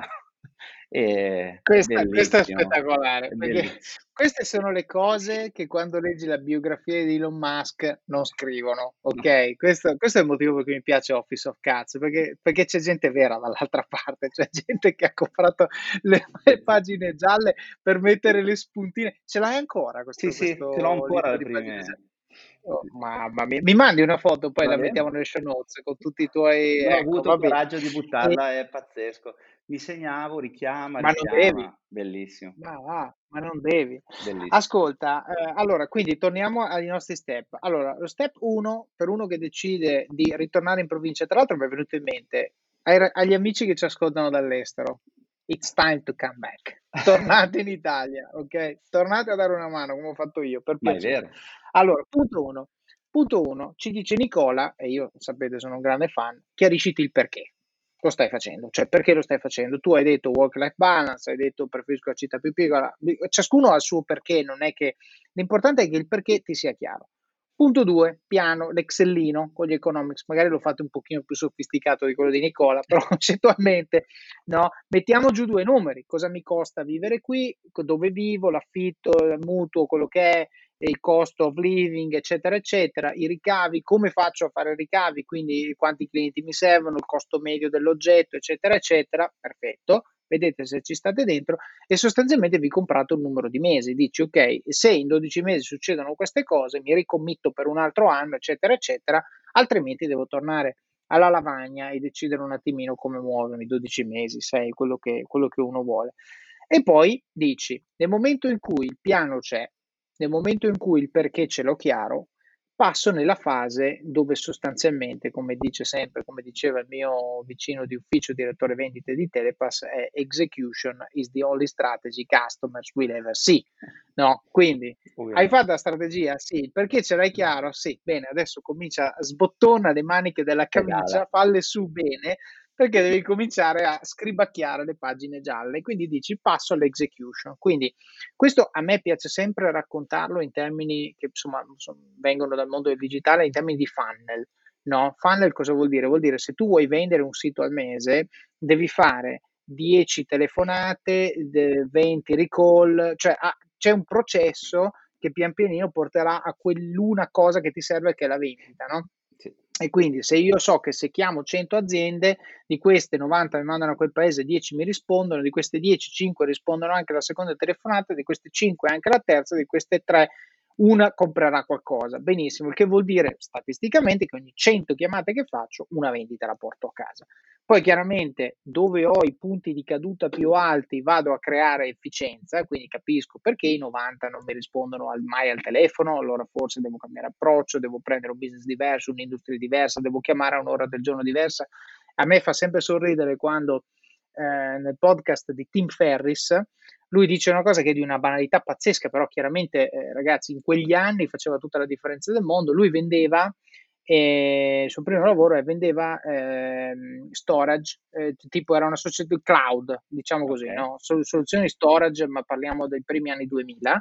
E Questa, questa è bellissimo, spettacolare, è perché bellissimo. queste sono le cose che quando leggi la biografia di Elon Musk non scrivono, No. ok? Questo, questo è il motivo per cui mi piace Office of Cats, perché, perché c'è gente vera dall'altra parte, c'è gente che ha comprato le, le pagine gialle per mettere le spuntine. Ce l'hai ancora Sì, questo, sì, ce l'ho questo ancora libro le di pagine prime. gialle? Oh, mamma mia, mi mandi una foto, poi Va la bene. mettiamo nelle show notes con tutti i tuoi... Non ho Ecco, avuto il va bene. coraggio di E- buttarla, è pazzesco. Mi segnavo, richiama, ma non devi. richiama, bellissimo, Ma va, ma non devi. bellissimo. Ascolta, eh, allora, quindi torniamo ai nostri step. Allora, lo step uno, per uno che decide di ritornare in provincia, tra l'altro mi è venuto in mente, ai ra- agli amici che ci ascoltano dall'estero, it's time to come back. Tornate in Italia, ok? Tornate a dare una mano, come ho fatto io, per Ma è piacere. vero. Allora, punto uno. Punto uno, ci dice Nicola, e io sapete sono un grande fan, chiarisciti il perché lo stai facendo, cioè perché lo stai facendo. Tu hai detto work-life balance, hai detto preferisco la città più piccola, ciascuno ha il suo perché, non è che l'importante è che il perché ti sia chiaro. Punto due, piano, l'Excellino con gli economics, magari lo fate un pochino più sofisticato di quello di Nicola, però concettualmente no, mettiamo giù due numeri, cosa mi costa vivere qui, dove vivo, l'affitto, il mutuo, quello che è, il cost of living, eccetera, eccetera, i ricavi, come faccio a fare ricavi, quindi quanti clienti mi servono, il costo medio dell'oggetto, eccetera, eccetera, perfetto, vedete se ci state dentro e sostanzialmente vi comprate un numero di mesi, dici ok, se in dodici mesi succedono queste cose, mi ricommitto per un altro anno, eccetera, eccetera, altrimenti devo tornare alla lavagna e decidere un attimino come muovermi, dodici mesi, sei, quello che, quello che uno vuole. E poi dici, nel momento in cui il piano c'è, nel momento in cui il perché ce l'ho chiaro, passo nella fase dove sostanzialmente, come dice sempre, come diceva il mio vicino di ufficio, direttore vendite di Telepass, è execution is the only strategy customers will ever see. No? Quindi hai Ovviamente. fatto la strategia? Sì. Perché ce l'hai chiaro? Sì. Bene, adesso comincia, sbottona le maniche della Regala. camicia, falle su bene, perché devi cominciare a scribacchiare le pagine gialle. Quindi dici passo all'execution. Quindi questo a me piace sempre raccontarlo in termini che insomma son- vengono dal mondo del digitale, in termini di funnel. No? Funnel cosa vuol dire? Vuol dire se tu vuoi vendere un sito al mese, devi fare dieci telefonate, de- venti recall, cioè ah, c'è un processo che pian pianino porterà a quell'una cosa che ti serve, che è la vendita, no? Sì. E quindi se io so che se chiamo cento aziende, di queste novanta mi mandano a quel paese, dieci mi rispondono, di queste dieci, cinque rispondono anche alla seconda telefonata, di queste cinque anche alla terza, di queste tre una comprerà qualcosa. Benissimo, il che vuol dire statisticamente che ogni cento chiamate che faccio, una vendita la porto a casa. Poi chiaramente dove ho i punti di caduta più alti vado a creare efficienza, quindi capisco perché i novanta non mi rispondono al, mai al telefono, allora forse devo cambiare approccio, devo prendere un business diverso, un'industria diversa, devo chiamare a un'ora del giorno diversa. A me fa sempre sorridere quando eh, nel podcast di Tim Ferriss lui dice una cosa che è di una banalità pazzesca, però chiaramente eh, ragazzi in quegli anni faceva tutta la differenza del mondo. Lui vendeva e il suo primo lavoro è vendeva eh, storage, eh, tipo era una società cloud, diciamo così, Ok. no? Sol- soluzioni storage, ma parliamo dei primi anni duemila.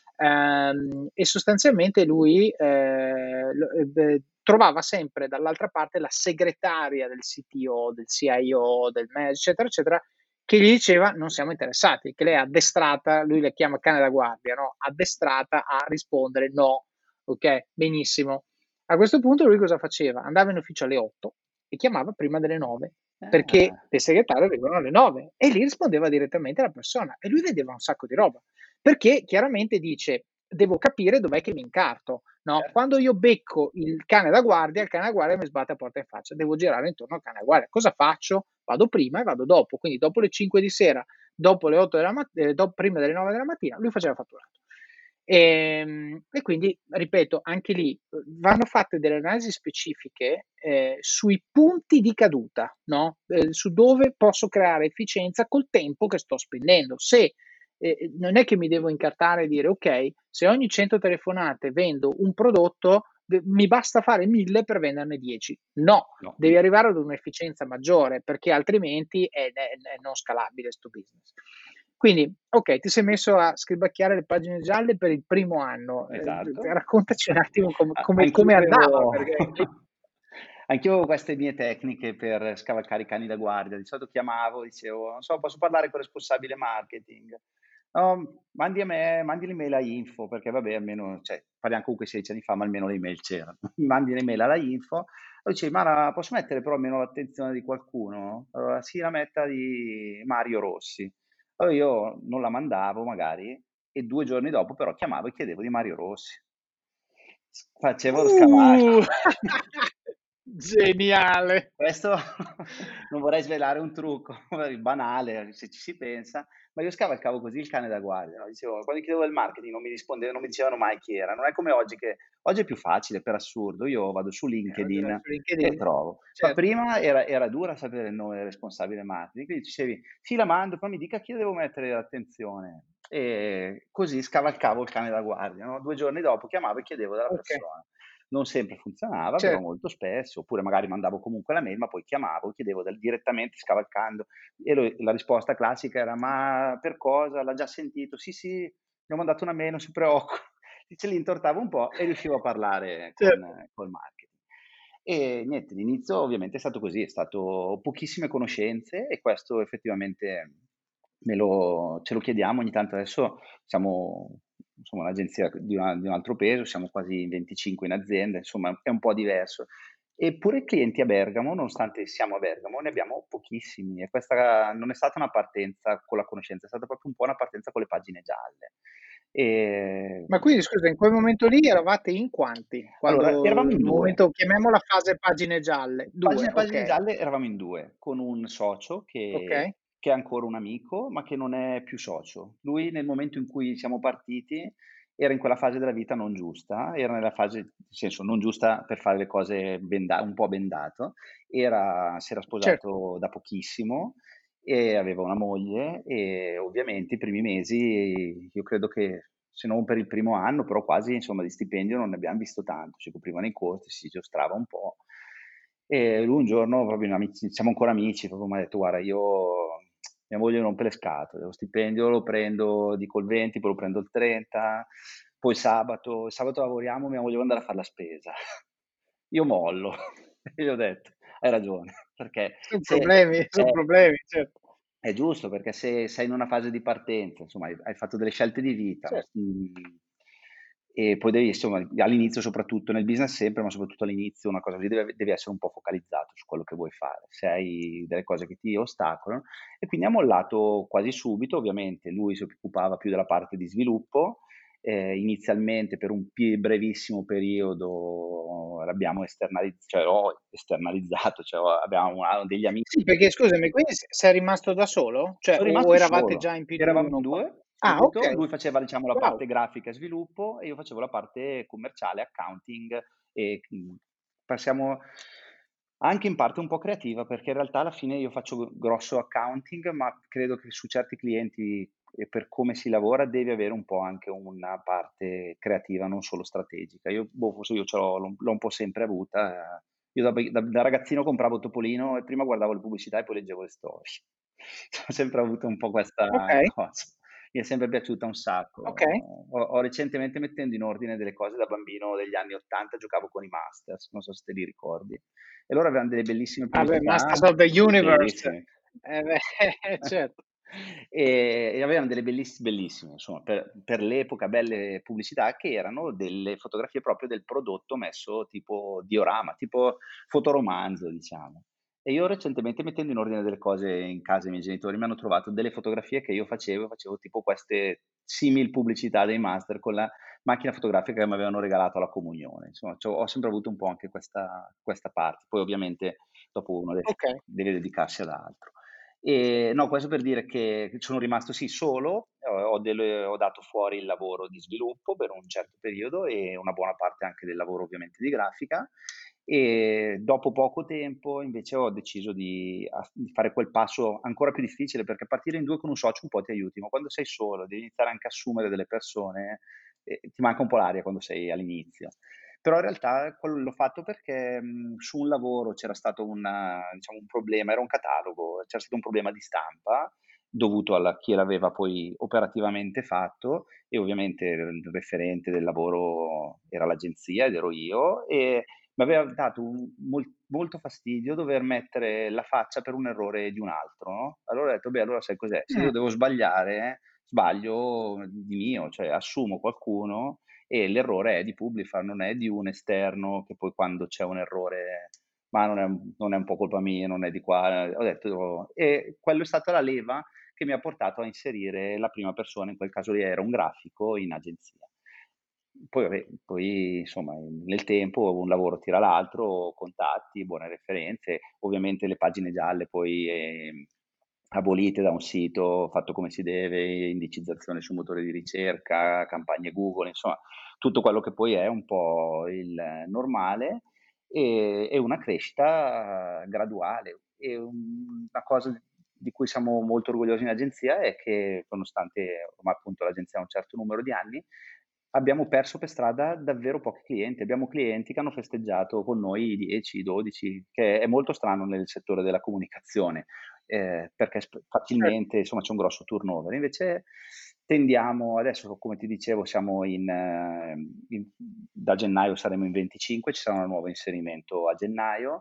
Ehm, e sostanzialmente lui eh, lo- eh, trovava sempre dall'altra parte la segretaria del C T O, del C I O, del manager, eccetera, eccetera, che gli diceva non siamo interessati, che lei è addestrata, lui le chiama cane da guardia, no? Addestrata a rispondere no, ok, benissimo. A questo punto lui cosa faceva? Andava in ufficio alle otto e chiamava prima delle nove, perché Ah, le segretarie arrivano alle nove e lì rispondeva direttamente alla persona e lui vedeva un sacco di roba, perché chiaramente dice devo capire dov'è che mi incarto, no? certo. Quando io becco il cane da guardia, il cane da guardia mi sbatte a porta in faccia, devo girare intorno al cane da guardia. Cosa faccio? Vado prima e vado dopo, quindi dopo le cinque di sera, dopo le otto della mattina, eh, dopo, prima delle nove della mattina, lui faceva fatturato. E, e quindi, ripeto, anche lì vanno fatte delle analisi specifiche eh, sui punti di caduta, no? Eh, su dove posso creare efficienza col tempo che sto spendendo. Se eh, non è che mi devo incartare e dire ok, se ogni cento telefonate vendo un prodotto, de- mi basta fare mille per venderne dieci. No, No. devi arrivare ad un'efficienza maggiore perché altrimenti è, è, è non scalabile sto business. Quindi, ok, ti sei messo a scribacchiare le pagine gialle per il primo anno. Eh, Esatto. raccontaci un attimo com- A- come, Anch'io come andava, avevo... perché lì- Anch'io avevo queste mie tecniche per scavalcare i cani da guardia. Di solito chiamavo, dicevo, non so, posso parlare con il responsabile marketing? No, mandi a me, mandi l'email a info, perché vabbè, almeno, cioè, parliamo comunque sedici anni fa, ma almeno le email c'erano. Mandi l'email alla info, e dicevi, ma la- posso mettere però almeno l'attenzione di qualcuno? Allora, sì, la metta di Mario Rossi. Allora io non la mandavo magari, e due giorni dopo però chiamavo e chiedevo di Mario Rossi. S- Facevo lo scavalco. Uh! Geniale. Questo non vorrei svelare un trucco, magari banale se ci si pensa, ma io scavalcavo così il cane da guardia, no? Dicevo, quando chiedevo del marketing non mi rispondevano, non mi dicevano mai chi era. Non è come oggi che oggi è più facile per assurdo. Io vado su Eh, oggi vai LinkedIn su e LinkedIn, trovo. Ma certo. prima era, era dura sapere il nome del responsabile marketing, quindi dicevi, sì, la mando, poi mi dica a chi devo mettere l'attenzione. E così scavalcavo il cane da guardia, no? Due giorni dopo chiamavo e chiedevo della Ok, persona. Non sempre funzionava, però certo. molto spesso, oppure magari mandavo comunque la mail, ma poi chiamavo, chiedevo del- direttamente scavalcando e lo- la risposta classica era: ma per cosa? L'ha già sentito? Sì, sì, gli ho mandato una mail, non si preoccupi. Ce li intortavo un po' e riuscivo a parlare con Certo. col marketing. E niente, l'inizio ovviamente è stato così, è stato pochissime conoscenze e questo effettivamente me lo, ce lo chiediamo ogni tanto. Adesso siamo insomma, un'agenzia di, una- di un altro peso, siamo quasi venticinque in azienda, insomma è un po' diverso. Eppure clienti a Bergamo, nonostante siamo a Bergamo, ne abbiamo pochissimi e questa non è stata una partenza con la conoscenza, è stata proprio un po' una partenza con le pagine gialle. E... Ma quindi scusa, in quel momento lì eravate in quanti? Allora, Quando eravamo il in due. momento, chiamiamola fase pagine gialle. Due, Pagine pagine ok, gialle eravamo in due, con un socio ok, che che è ancora un amico, ma che non è più socio. Lui nel momento in cui siamo partiti era in quella fase della vita non giusta, era nella fase nel senso non giusta per fare le cose benda un po' bendato, era si era certo. sposato da pochissimo e aveva una moglie e ovviamente i primi mesi io credo che se non per il primo anno, però quasi insomma di stipendio non ne abbiam visto tanto, ci coprivano i costi, si giostrava un po'. E lui un giorno, proprio in amici, siamo ancora amici, proprio mi ha detto: Guarda, io mia moglie rompe le scatole, lo stipendio lo prendo, dico il venti, poi lo prendo il trenta, poi sabato, il sabato lavoriamo, mia moglie vuole andare a fare la spesa. Io mollo. E gli ho detto: Hai ragione, perché Sono se problemi, sono eh, problemi, certo. è giusto, perché se sei in una fase di partenza, insomma, hai hai fatto delle scelte di vita, Certo. mhmm, e poi devi insomma, all'inizio soprattutto, nel business sempre, ma soprattutto all'inizio una cosa così deve devi essere un po' focalizzato su quello che vuoi fare. Se hai delle cose che ti ostacolano e quindi ha mollato quasi subito, ovviamente lui si occupava più della parte di sviluppo, ehm, inizialmente per un pi brevissimo periodo l'abbiamo esternaliz cioè ho esternalizzato, cioè ho abbiamo una degli amici. Sì, perché scusami, quindi s sei rimasto da solo? Cioè, Sono o o rimasto eravate solo, già in più di eravamo in uno qua? due Ah, subito, okay. lui faceva diciamo la Wow. parte grafica e sviluppo e io facevo la parte commerciale, accounting e, mhmm, passiamo anche in parte un po' creativa, perché in realtà alla fine io faccio grosso accounting, ma credo che su certi clienti e per come si lavora devi avere un po' anche una parte creativa, non solo strategica. Io, boh, forse io ce l'ho l'ho l'ho un po' sempre avuta. Io da bai da da ragazzino compravo Topolino e prima guardavo le pubblicità e poi leggevo le storie. Ho sempre avuto un po' questa Okay, cosa. Mi è sempre piaciuta un sacco. okay. Ho ho recentemente mettendo in ordine delle cose da bambino degli anni 'ottanta giocavo con i Masters, non so se te li ricordi. E loro avevan delle bellissime Ah beh, pubblicità Masters of the Universe. bellissime. Eh beh, certo. E e avevano delle belliss bellissime, insomma, per per l'epoca, belle pubblicità che erano delle fotografie proprio del prodotto messo tipo diorama, tipo fotoromanzo, diciamo. E io recentemente mettendo in ordine delle cose in casa ai miei genitori mi hanno trovato delle fotografie che io facevo, facevo tipo queste simil pubblicità dei master con la macchina fotografica che m'avevano regalato alla comunione. Insomma, c'ho ho sempre avuto un po' anche questa questa parte. Poi ovviamente dopo uno deve Okay. deve dedicarsi ad altro. Ehm, no, questo per dire che sono rimasto sì solo, ho ho delle ho dato fuori il lavoro di sviluppo per un certo periodo e una buona parte anche del lavoro ovviamente di grafica, e dopo poco tempo invece ho deciso di a di fare quel passo ancora più difficile, perché partire in due con un socio un po' ti aiuti, ma quando sei solo devi iniziare anche a assumere delle persone, e ti manca un po' l'aria quando sei all'inizio. Però in realtà quello l'ho fatto perché, mhmm, su un lavoro c'era stato una diciamo un problema, era un catalogo, c'era stato un problema di stampa dovuto alla chi l'aveva poi operativamente fatto e ovviamente il referente del lavoro era l'agenzia ed ero io, e m'aveva dato un mol molto fastidio dover mettere la faccia per un errore di un altro, no, allora ho detto: "Beh, allora sai cos'è? Se Mh, io devo sbagliare, sbaglio di mio, cioè assumo qualcuno e l'errore è di Publifar, non è di un esterno che poi quando c'è un errore: "Ma non è un non è un po' colpa mia, non è di qua". Ho detto e quello è stata la leva che mi ha portato a inserire la prima persona, in quel caso lì era un grafico, in agenzia. Poi vabbè, poi insomma nel tempo un lavoro tira l'altro, contatti, buone referenze, ovviamente le pagine gialle poi, ehm, abolite da un sito fatto come si deve, indicizzazione su motori di ricerca, campagne Google, insomma tutto quello che poi è un po' il normale, e e una crescita graduale. E un una cosa di cui siamo molto orgogliosi in agenzia è che, nonostante ormai appunto l'agenzia ha un certo numero di anni, abbiamo perso per strada davvero pochi clienti. Abbiamo clienti che hanno festeggiato con noi i dieci, dodici, che è molto strano nel settore della comunicazione, ehm, perché sp certo. facilmente, insomma, c'è un grosso turnover. Invece tendiamo adesso, come ti dicevo, siamo in ehm, in da gennaio saremo in venticinque, ci sarà un nuovo inserimento a gennaio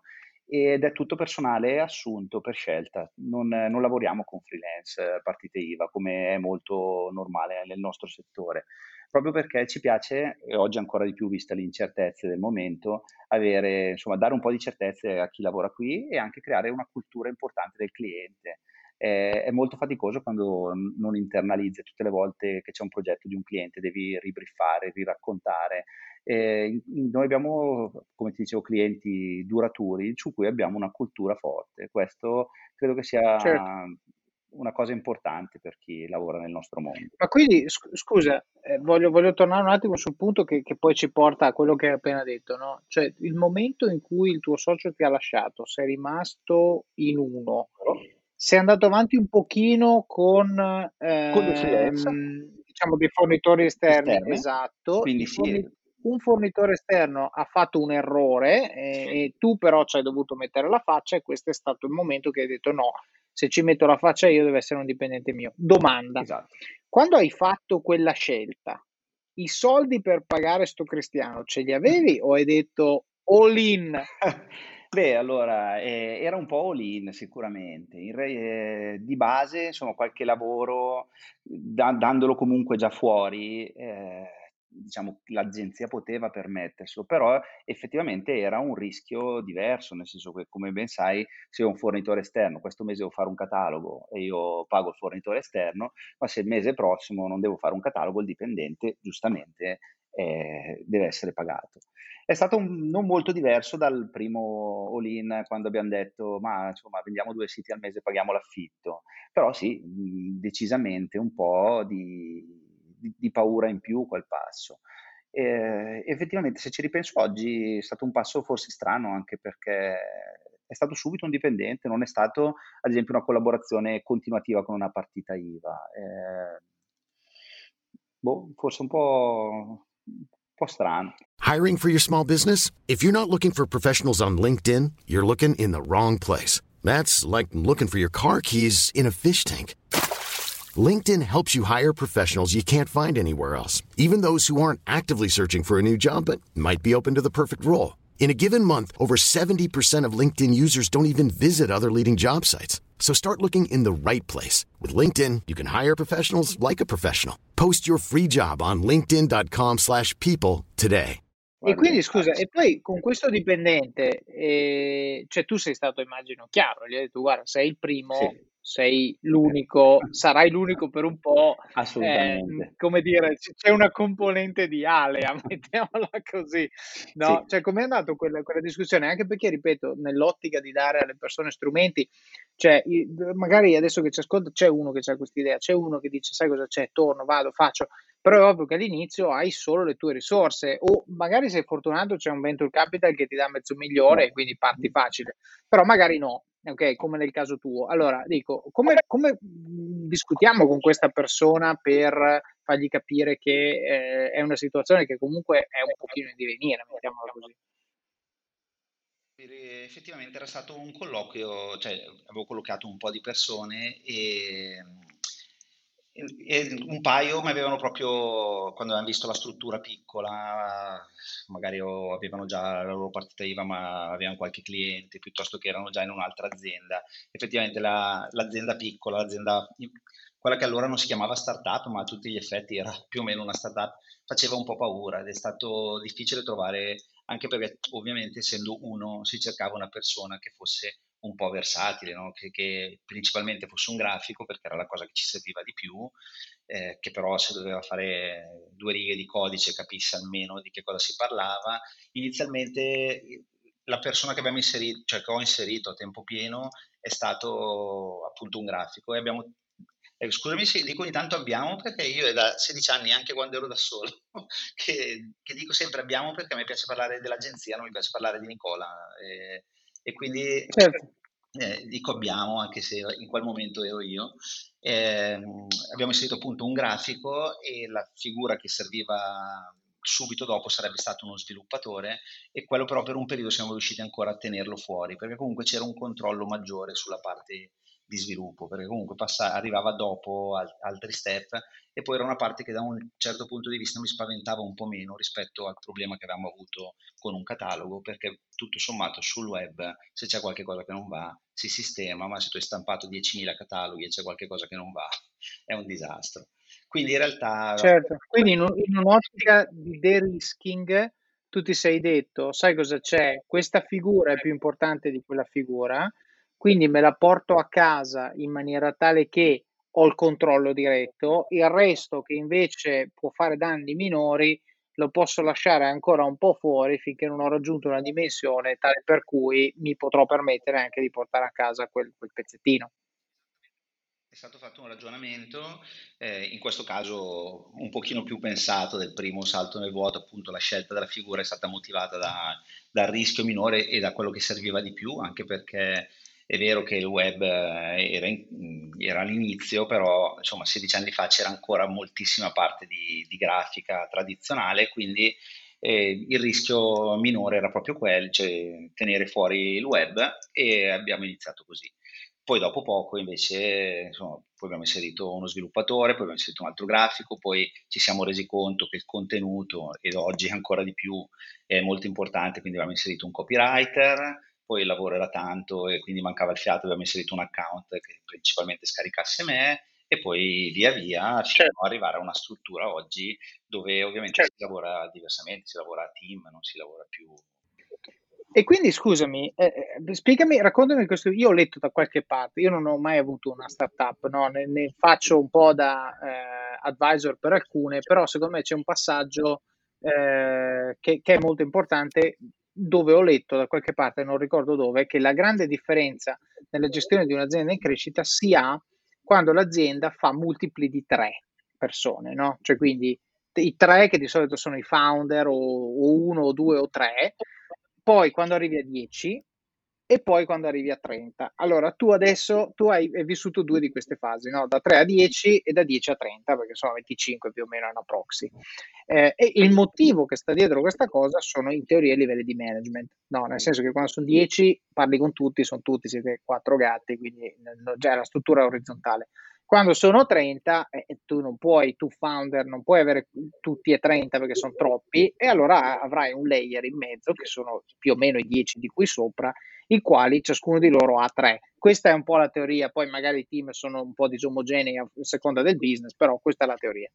ed è tutto personale assunto per scelta, non, non lavoriamo con freelance, partite I V A, come è molto normale nel nostro settore, proprio perché ci piace, e oggi ancora di più vista le incertezze del momento, avere, insomma, dare un po' di certezze a chi lavora qui e anche creare una cultura importante del cliente. È, è molto faticoso quando non internalizzi tutte le volte che c'è un progetto di un cliente, devi ribriefare, riraccontare. Eh, noi abbiamo, come ti dicevo, clienti duraturi su cui abbiamo una cultura forte. Questo credo che Certo. sia una cosa importante per chi lavora nel nostro mondo. Ma quindi, sc- scusa, eh, voglio, voglio tornare un attimo sul punto che, che poi ci porta a quello che hai appena detto, no? Cioè, il momento in cui il tuo socio ti ha lasciato, sei rimasto in uno, sei andato avanti un pochino con, Con dei freelance ehm, diciamo, dei fornitori esterni, esterni, esatto, quindi i sì, forni- un fornitore esterno ha fatto un errore, eh, e tu però ci hai dovuto mettere la faccia e questo è stato il momento che hai detto no, se ci metto la faccia io deve essere un dipendente mio. Domanda, esatto. quando hai fatto quella scelta, i soldi per pagare sto cristiano ce li avevi o hai detto all in? Beh, allora, eh, era un po' all in sicuramente. In re- eh, di base, insomma, qualche lavoro, da- dandolo comunque già fuori, eh, diciamo, l'agenzia poteva permetterselo, però effettivamente era un rischio diverso, nel senso che, come ben sai, se ho un fornitore esterno, questo mese devo fare un catalogo e io pago il fornitore esterno, ma se il mese prossimo non devo fare un catalogo, il dipendente giustamente eh, deve essere pagato. È stato un- non molto diverso dal primo all-in quando abbiamo detto, ma insomma, vendiamo due siti al mese, paghiamo l'affitto. Però sì, mh, decisamente un po' di, di- di paura in più quel passo. Eh, effettivamente, se ci ripenso oggi, è stato un passo forse strano, anche perché è stato subito un dipendente, non è stato, ad esempio, una collaborazione continuativa con una partita I V A. Eh, boh, forse un po', un po' strano. Hiring for your small business? If you're not looking for professionals on LinkedIn, you're looking in the wrong place. That's like looking for your car keys in a fish tank. LinkedIn helps you hire professionals you can't find anywhere else, even those who aren't actively searching for a new job but might be open to the perfect role. In a given month, over seventy percent of LinkedIn users don't even visit other leading job sites. So start looking in the right place. With LinkedIn, you can hire professionals like a professional. Post your free job on linkedin dot com slash people today. E Guarda, quindi scusa, infatti. e poi con questo dipendente, eh, cioè tu sei stato, immagino, chiaro, gli hai detto guarda, sei il Sì, primo, sei l'unico, sarai l'unico per un po', eh, mh, assolutamente. come dire, c- c'è una componente di alea, mettiamola così, no? Sì, Cioè com'è andato quella, quella discussione? Anche perché, ripeto, nell'ottica di dare alle persone strumenti, cioè i- magari adesso che ci ascolta c'è uno che ha questa idea, c'è uno che dice sai cosa c'è, torno, vado, faccio, però è ovvio che all'inizio hai solo le tue risorse o magari sei fortunato c'è un venture capital che ti dà mezzo milione no. e quindi parti facile, però magari no, ok, come nel caso tuo. Allora dico, come, come mh, discutiamo con questa persona per fargli capire che eh, è una situazione che comunque è un pochino in divenire, mettiamola così. E effettivamente era stato un colloquio, cioè avevo collocato un po' di persone e, e- e un paio mi avevano proprio, quando avevano visto la struttura piccola, magari o avevano già la loro partita I V A ma avevano qualche cliente, piuttosto che erano già in un'altra azienda. Effettivamente la- l'azienda piccola, l'azienda, quella che allora non si chiamava startup, ma a tutti gli effetti era più o meno una startup, faceva un po' paura ed è stato difficile trovare, anche perché ovviamente essendo uno si cercava una persona che fosse un po' versatile, no? che, che principalmente fosse un grafico perché era la cosa che ci serviva di più, eh, che però se doveva fare due righe di codice capisse almeno di che cosa si parlava. Inizialmente la persona che abbiamo inserito, cioè che ho inserito a tempo pieno è stato appunto un grafico e abbiamo eh, scusami se dico ogni tanto abbiamo perché io è da sedici anni, anche quando ero da solo, che, che dico sempre abbiamo perché a me piace parlare dell'agenzia, non mi piace parlare di Nicola. E, e quindi Certo. eh, dico abbiamo, anche se in quel momento ero io. Eh, abbiamo inserito appunto un grafico e la figura che serviva subito dopo sarebbe stato uno sviluppatore e quello però per un periodo siamo riusciti ancora a tenerlo fuori perché comunque c'era un controllo maggiore sulla parte di sviluppo, perché comunque passa, arrivava dopo al, altri step, e poi era una parte che da un certo punto di vista mi spaventava un po' meno rispetto al problema che avevamo avuto con un catalogo, perché tutto sommato sul web, se c'è qualche cosa che non va, si sistema, ma se tu hai stampato diecimila cataloghi e c'è qualche cosa che non va, è un disastro. Quindi in realtà... Certo, quindi in, un- in un'ottica di de-risking tu ti sei detto, sai cosa c'è? Questa figura è più importante di quella figura, quindi me la porto a casa in maniera tale che ho il controllo diretto, il resto che invece può fare danni minori lo posso lasciare ancora un po' fuori finché non ho raggiunto una dimensione tale per cui mi potrò permettere anche di portare a casa quel, quel pezzettino. È stato fatto un ragionamento, eh, in questo caso un pochino più pensato del primo salto nel vuoto, appunto la scelta della figura è stata motivata da- dal rischio minore e da quello che serviva di più, anche perché è vero che il web eh, era, in- era all'inizio, però insomma sedici anni fa c'era ancora moltissima parte di, di grafica tradizionale, quindi eh, il rischio minore era proprio quello, cioè tenere fuori il web, e abbiamo iniziato così. Poi dopo poco invece, insomma, poi abbiamo inserito uno sviluppatore, poi abbiamo inserito un altro grafico, poi ci siamo resi conto che il contenuto, ed oggi ancora di più, è molto importante, quindi abbiamo inserito un copywriter, poi il lavoro era tanto e quindi mancava il fiato, abbiamo inserito un account che principalmente scaricasse me, e poi via via fino Certo, ad arrivare a una struttura oggi dove ovviamente si certo. lavora diversamente, si lavora a team, non si lavora più. E quindi scusami, eh, eh, spiegami, raccontami questo. Io ho letto da qualche parte, io non ho mai avuto una startup, no? Ne, ne faccio un po' da eh, advisor per alcune, però secondo me c'è un passaggio eh, che, che è molto importante, dove ho letto da qualche parte, non ricordo dove, che la grande differenza nella gestione di un'azienda in crescita si ha quando l'azienda fa multipli di tre persone, no? Cioè quindi i tre che di solito sono i founder o, o uno o due o tre, poi quando arrivi a dieci e poi quando arrivi a trenta. Allora tu adesso tu hai, hai vissuto due di queste fasi, no? Da tre a dieci e da dieci a trenta, perché sono venticinque più o meno, è una proxy. Eh, e il motivo che sta dietro questa cosa sono in teoria i livelli di management, no? Nel senso che quando sono dieci parli con tutti, sono tutti, siete quattro gatti, quindi no, già la struttura è orizzontale. Quando sono trenta, eh, tu non puoi, tu founder, non puoi avere tutti e trenta perché sono troppi, e allora avrai un layer in mezzo, che sono più o meno i dieci di qui sopra, i quali ciascuno di loro ha tre. Questa è un po' la teoria, poi magari i team sono un po' disomogenei a seconda del business, però questa è la teoria.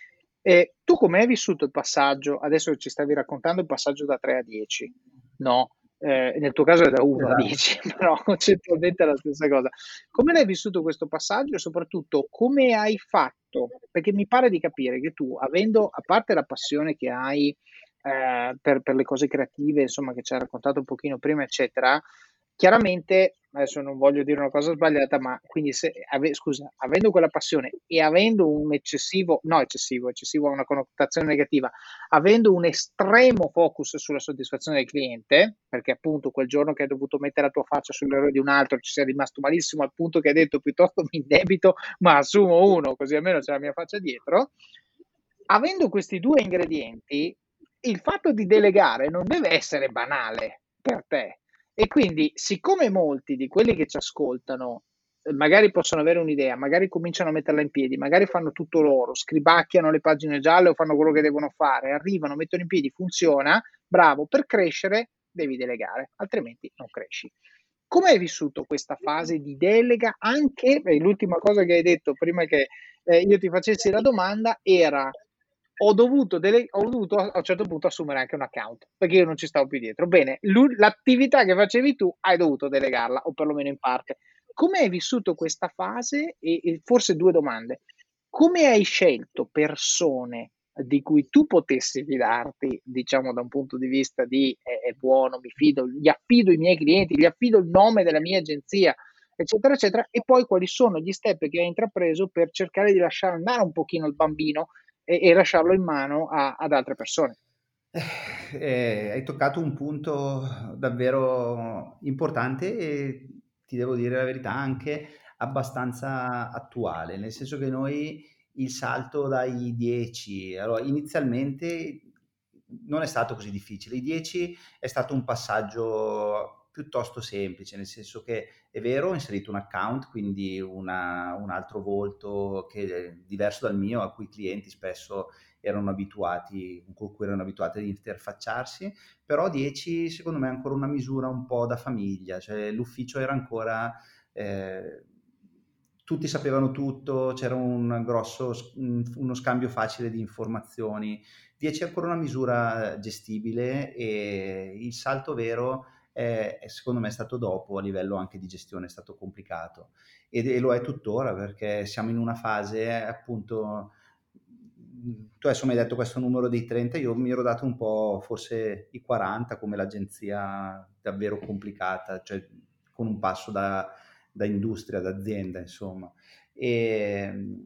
E tu come hai vissuto il passaggio, adesso ci stavi raccontando il passaggio da tre a dieci, no? Eh, nel tuo caso è da uno a Esatto. dieci, però concettualmente è la stessa cosa. Come l'hai vissuto questo passaggio e soprattutto come hai fatto? Perché mi pare di capire che tu, avendo, a parte la passione che hai eh, per, per le cose creative, insomma, che ci hai raccontato un pochino prima, eccetera, chiaramente, adesso non voglio dire una cosa sbagliata, ma quindi se, ave, scusa, avendo quella passione e avendo un eccessivo, no eccessivo, eccessivo ha una connotazione negativa, avendo un estremo focus sulla soddisfazione del cliente, perché appunto quel giorno che hai dovuto mettere la tua faccia sull'errore di un altro ci sei rimasto malissimo al punto che hai detto piuttosto mi indebito, ma assumo uno, così almeno c'è la mia faccia dietro. Avendo questi due ingredienti, il fatto di delegare non deve essere banale per te. E quindi, siccome molti di quelli che ci ascoltano eh, magari possono avere un'idea, magari cominciano a metterla in piedi, magari fanno tutto loro, scribacchiano le pagine gialle o fanno quello che devono fare, arrivano, mettono in piedi, funziona, bravo, per crescere devi delegare, altrimenti non cresci. Come hai vissuto questa fase di delega? Anche, beh, l'ultima cosa che hai detto prima che eh, io ti facessi la domanda era ho dovuto, dele- ho dovuto a un certo punto assumere anche un account perché io non ci stavo più dietro. Bene, l'attività che facevi tu hai dovuto delegarla o perlomeno in parte. Come hai vissuto questa fase? E, e forse due domande. Come hai scelto persone di cui tu potessi fidarti, diciamo da un punto di vista di è, è buono, mi fido, gli affido i miei clienti, gli affido il nome della mia agenzia, eccetera, eccetera, e poi quali sono gli step che hai intrapreso per cercare di lasciare andare un pochino il bambino e, e lasciarlo in mano a, ad altre persone. Eh, eh, hai toccato un punto davvero importante e ti devo dire la verità anche abbastanza attuale, nel senso che noi il salto dai dieci, allora inizialmente non è stato così difficile, i dieci è stato un passaggio piuttosto semplice, nel senso che è vero, ho inserito un account, quindi una, un altro volto che è diverso dal mio, a cui i clienti spesso erano abituati, con cui erano abituati ad interfacciarsi, però dieci secondo me è ancora una misura un po' da famiglia, cioè l'ufficio era ancora... Eh, tutti sapevano tutto, c'era un grosso, uno scambio facile di informazioni. dieci è ancora una misura gestibile e il salto vero è, è, secondo me è stato dopo, a livello anche di gestione è stato complicato ed, e lo è tuttora, perché siamo in una fase appunto, tu adesso mi hai detto questo numero dei trenta, io mi ero dato un po' forse i quaranta come l'agenzia davvero complicata, cioè con un passo da, da industria, da azienda, insomma. E,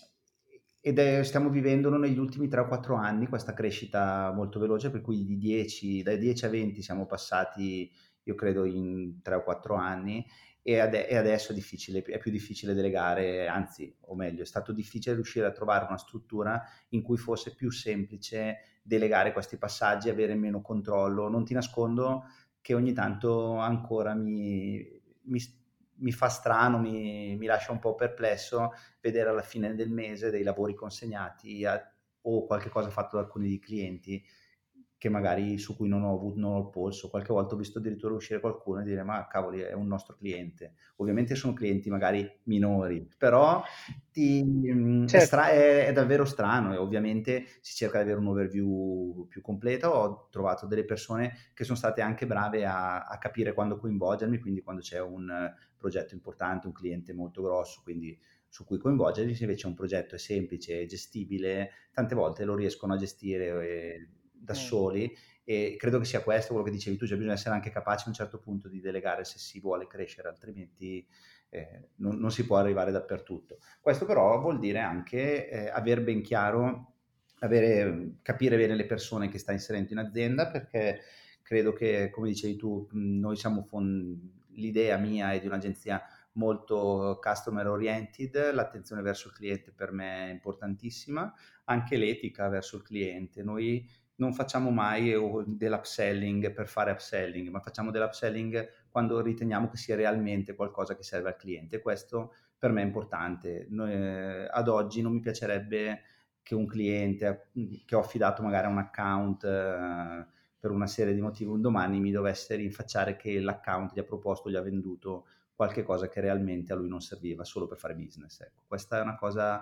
ed è, stiamo vivendo negli ultimi tre o quattro anni questa crescita molto veloce, per cui di dieci, dai dieci a venti siamo passati, io credo, in tre o quattro anni, e, ade- e adesso è difficile, è più difficile delegare, anzi, o meglio, è stato difficile riuscire a trovare una struttura in cui fosse più semplice delegare questi passaggi, avere meno controllo. Non ti nascondo che ogni tanto ancora mi, mi, mi fa strano, mi, mi lascia un po' perplesso vedere alla fine del mese dei lavori consegnati a, o qualche cosa fatto da alcuni dei clienti che magari su cui non ho avuto non ho il polso. Qualche volta ho visto addirittura uscire qualcuno e dire ma cavoli, è un nostro cliente. Ovviamente sono clienti magari minori, però ti, è, Certo. stra- è, è davvero strano, e ovviamente si cerca di avere un overview più completo. Ho trovato delle persone che sono state anche brave a, a capire quando coinvolgermi, quindi quando c'è un progetto importante, un cliente molto grosso, quindi su cui coinvolgerli, se invece un progetto è semplice, gestibile, tante volte lo riescono a gestire eh, da soli, e credo che sia questo quello che dicevi tu, cioè bisogna essere anche capaci a un certo punto di delegare se si vuole crescere, altrimenti eh, non, non si può arrivare dappertutto. Questo però vuol dire anche eh, aver ben chiaro, avere, capire bene le persone che sta inserendo in azienda, perché credo che, come dicevi tu, noi siamo fon- l'idea mia è di un'agenzia molto customer oriented, l'attenzione verso il cliente per me è importantissima, anche l'etica verso il cliente. Noi non facciamo mai dell'upselling per fare upselling, ma facciamo dell'upselling quando riteniamo che sia realmente qualcosa che serve al cliente. Questo per me è importante. Noi, eh, ad oggi non mi piacerebbe che un cliente che ho affidato magari a un account eh, per una serie di motivi, un domani mi dovesse rinfacciare che l'account gli ha proposto, gli ha venduto qualche cosa che realmente a lui non serviva solo per fare business. Ecco, questa è una cosa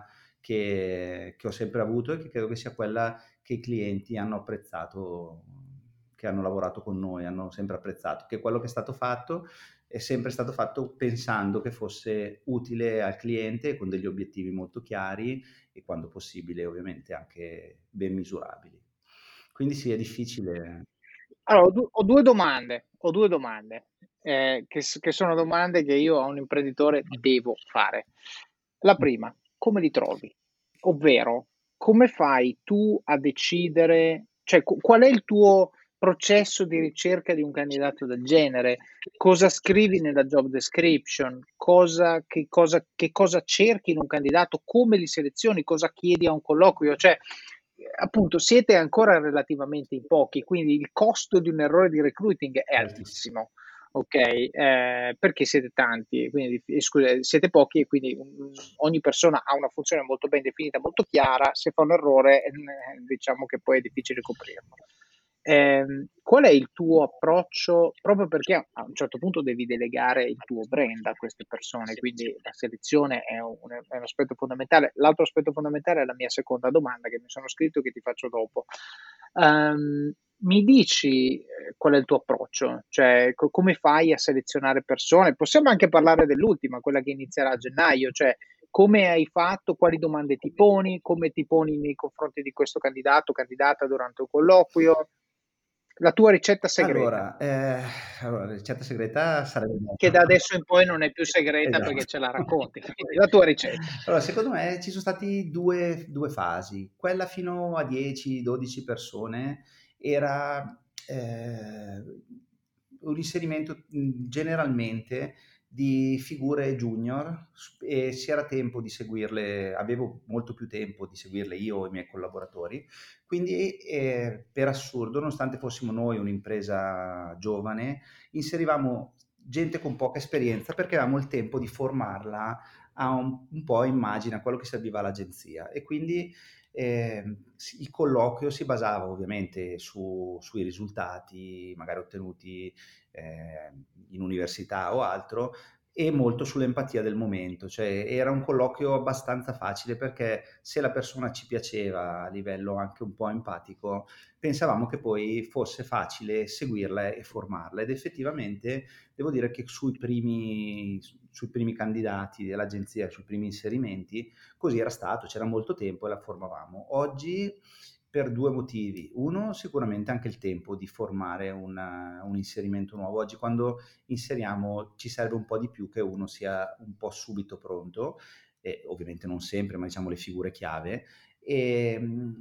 che, che ho sempre avuto e che credo che sia quella che i clienti hanno apprezzato, che hanno lavorato con noi, hanno sempre apprezzato, che quello che è stato fatto è sempre stato fatto pensando che fosse utile al cliente, con degli obiettivi molto chiari e, quando possibile, ovviamente anche ben misurabili. Quindi sì, è difficile. Allora, ho, du- ho due domande, ho due domande eh, che, s- che sono domande che io a un imprenditore devo fare. La prima, come li trovi? Ovvero, come fai tu a decidere, cioè qu- qual è il tuo processo di ricerca di un candidato del genere? Cosa scrivi nella job description? Cosa, che, cosa, che cosa cerchi in un candidato? Come li selezioni? Cosa chiedi a un colloquio? Cioè, appunto, siete ancora relativamente in pochi, quindi il costo di un errore di recruiting è altissimo. Ok, eh, perché siete tanti, quindi eh, scusa, siete pochi e quindi um, ogni persona ha una funzione molto ben definita, molto chiara. Se fa un errore, eh, diciamo che poi è difficile coprirlo. Eh, qual è il tuo approccio? Proprio perché a un certo punto devi delegare il tuo brand a queste persone, quindi la selezione è un, è un aspetto fondamentale. L'altro aspetto fondamentale è la mia seconda domanda che mi sono scritto, che ti faccio dopo. Um, mi dici eh, qual è il tuo approccio? Cioè, co- come fai a selezionare persone? Possiamo anche parlare dell'ultima, quella che inizierà a gennaio, cioè come hai fatto, quali domande ti poni, come ti poni nei confronti di questo candidato, candidata durante un colloquio, la tua ricetta segreta, Allora, eh, allora, la ricetta segreta sarebbe... che da adesso in poi non è più segreta Esatto. perché ce la racconti, quindi la tua ricetta. Allora, secondo me ci sono stati due, due fasi. Quella fino a dieci dodici persone era eh, un inserimento mh, generalmente di figure junior e si era tempo di seguirle, avevo molto più tempo di seguirle io e i miei collaboratori, quindi eh, per assurdo, nonostante fossimo noi un'impresa giovane, inserivamo gente con poca esperienza perché avevamo il tempo di formarla a un, un po' immagina quello che serviva all'agenzia e quindi eh, il colloquio si basava ovviamente su, sui risultati magari ottenuti eh, in università o altro e molto sull'empatia del momento, cioè era un colloquio abbastanza facile perché se la persona ci piaceva a livello anche un po' empatico, pensavamo che poi fosse facile seguirla e formarla ed effettivamente devo dire che sui primi, sui primi candidati dell'agenzia, sui primi inserimenti, così era stato, c'era molto tempo e la formavamo. Oggi per due motivi. Uno, sicuramente anche il tempo di formare una, un inserimento nuovo. Oggi quando inseriamo ci serve un po' di più che uno sia un po' subito pronto, e ovviamente non sempre, ma diciamo le figure chiave. E,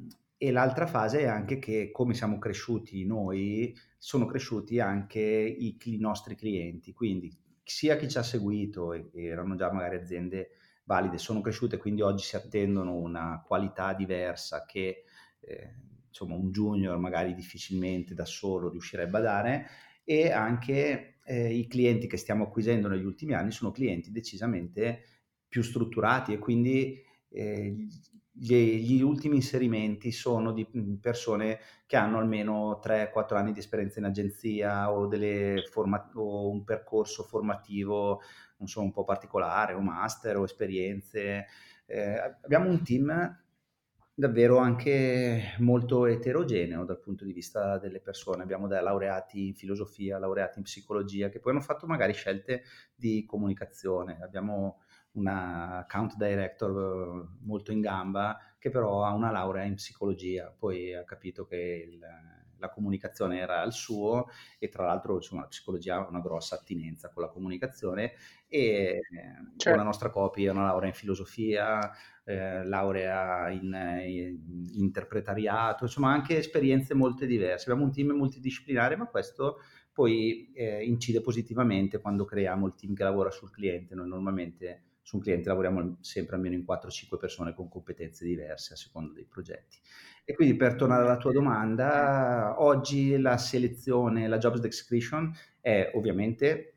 e l'altra fase è anche che come siamo cresciuti noi, sono cresciuti anche i, i nostri clienti, quindi sia chi ci ha seguito, e, e erano già magari aziende valide, sono cresciute, quindi oggi si attendono una qualità diversa che eh, insomma un junior magari difficilmente da solo riuscirebbe a dare e anche eh, i clienti che stiamo acquisendo negli ultimi anni sono clienti decisamente più strutturati e quindi eh, gli, gli ultimi inserimenti sono di persone che hanno almeno tre quattro anni di esperienza in agenzia o, delle forma- o un percorso formativo non so, un po' particolare o master o esperienze. Eh, abbiamo un team davvero anche molto eterogeneo dal punto di vista delle persone. Abbiamo da laureati in filosofia, laureati in psicologia, che poi hanno fatto magari scelte di comunicazione. Abbiamo una account director molto in gamba che però ha una laurea in psicologia, poi ha capito che il, la comunicazione era il suo e tra l'altro insomma, la psicologia ha una grossa attinenza con la comunicazione e eh, Cioè, o la nostra copy ha una laurea in filosofia, eh, laurea in, in interpretariato, insomma anche esperienze molto diverse. Abbiamo un team multidisciplinare, ma questo poi eh, incide positivamente quando creiamo il team che lavora sul cliente. Noi normalmente su un cliente lavoriamo sempre almeno in quattro cinque persone con competenze diverse a seconda dei progetti. E quindi per tornare alla tua domanda, oggi la selezione, la job description è ovviamente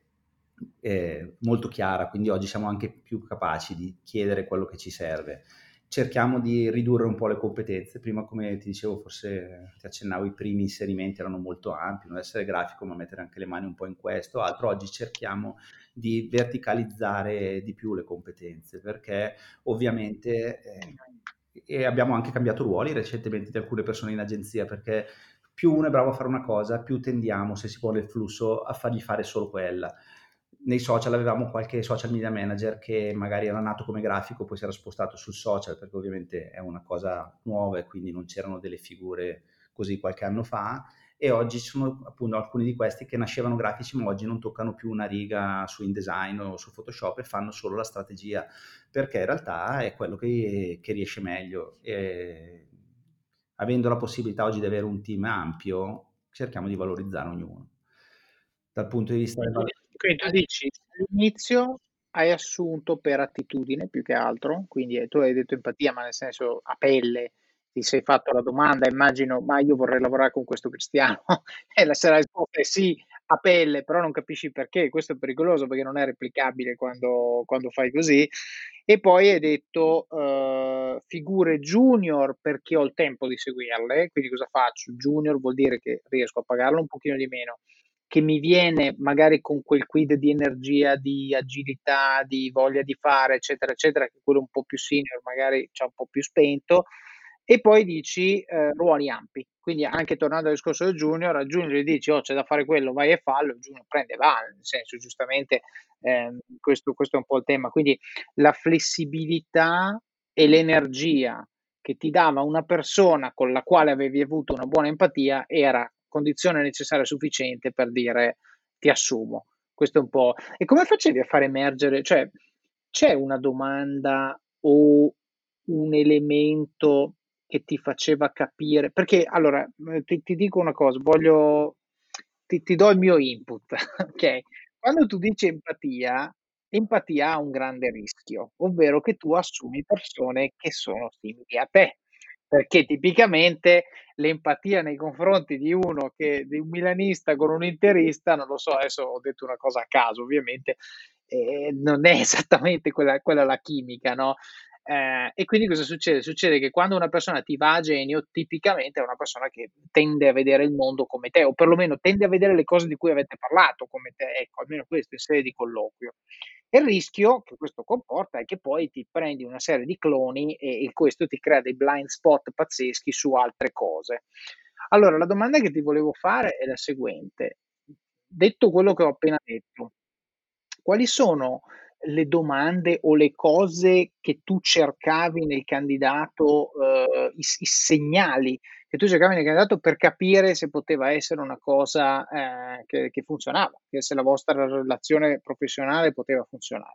eh, molto chiara, quindi oggi siamo anche più capaci di chiedere quello che ci serve. Cerchiamo di ridurre un po' le competenze. Prima, come ti dicevo, forse ti accennavo, i primi inserimenti erano molto ampi, non essere grafico, ma mettere anche le mani un po' in questo. Altro, oggi cerchiamo di verticalizzare di più le competenze, perché ovviamente eh, e abbiamo anche cambiato ruoli recentemente di alcune persone in agenzia, perché più uno è bravo a fare una cosa, più tendiamo, se si può nel flusso, a fargli fare solo quella. Nei social avevamo qualche social media manager che magari era nato come grafico, poi si era spostato sul social, perché ovviamente è una cosa nuova e quindi non c'erano delle figure così qualche anno fa. E oggi ci sono appunto alcuni di questi che nascevano grafici, ma oggi non toccano più una riga su InDesign o su Photoshop e fanno solo la strategia, perché in realtà è quello che, che riesce meglio. E avendo la possibilità oggi di avere un team ampio, cerchiamo di valorizzare ognuno. Dal punto di vista del quindi, quindi tu dici all'inizio hai assunto per attitudine più che altro, quindi eh, tu hai detto empatia, ma nel senso a pelle ti sei fatto la domanda, immagino, ma io vorrei lavorare con questo Cristiano e la se la risposta è sì, a pelle, però non capisci perché, questo è pericoloso perché non è replicabile quando, quando fai così. E poi hai detto eh, figure junior perché ho il tempo di seguirle, quindi cosa faccio? Junior vuol dire che riesco a pagarlo un pochino di meno, che mi viene magari con quel quid di energia, di agilità, di voglia di fare, eccetera, eccetera, che quello un po' più senior magari c'è un po' più spento, e poi dici eh, ruoli ampi. Quindi anche tornando al discorso del junior, al junior gli dici oh c'è da fare quello, vai e fallo, il junior prende e va, nel senso giustamente eh, questo, questo è un po' il tema. Quindi la flessibilità e l'energia che ti dava una persona con la quale avevi avuto una buona empatia era condizione necessaria e sufficiente per dire ti assumo. Questo è un po'. E come facevi a far emergere? Cioè, c'è una domanda o un elemento che ti faceva capire? Perché allora ti, ti dico una cosa, voglio ti, ti do il mio input, ok? Quando tu dici empatia, Empatia ha un grande rischio, ovvero che tu assumi persone che sono simili a te, perché tipicamente l'empatia nei confronti di uno che di un milanista con un interista, non lo so, adesso ho detto una cosa a caso ovviamente, ehm, non è esattamente quella quella la chimica, no, ehm, e quindi cosa succede? Succede che quando una persona ti va a genio, tipicamente è una persona che tende a vedere il mondo come te, o perlomeno tende a vedere le cose di cui avete parlato come te, ecco, almeno questo in sede di colloquio. E il rischio che questo comporta è che poi ti prendi una serie di cloni e e questo ti crea dei blind spot pazzeschi su altre cose. Allora, la domanda che ti volevo fare è la seguente: detto quello che ho appena detto, quali sono le domande o le cose che tu cercavi nel candidato, uhm, i s i segnali che tu cercavi nel candidato per capire se poteva essere una cosa, ehm, che che funzionava, che se la vostra relazione professionale poteva funzionare?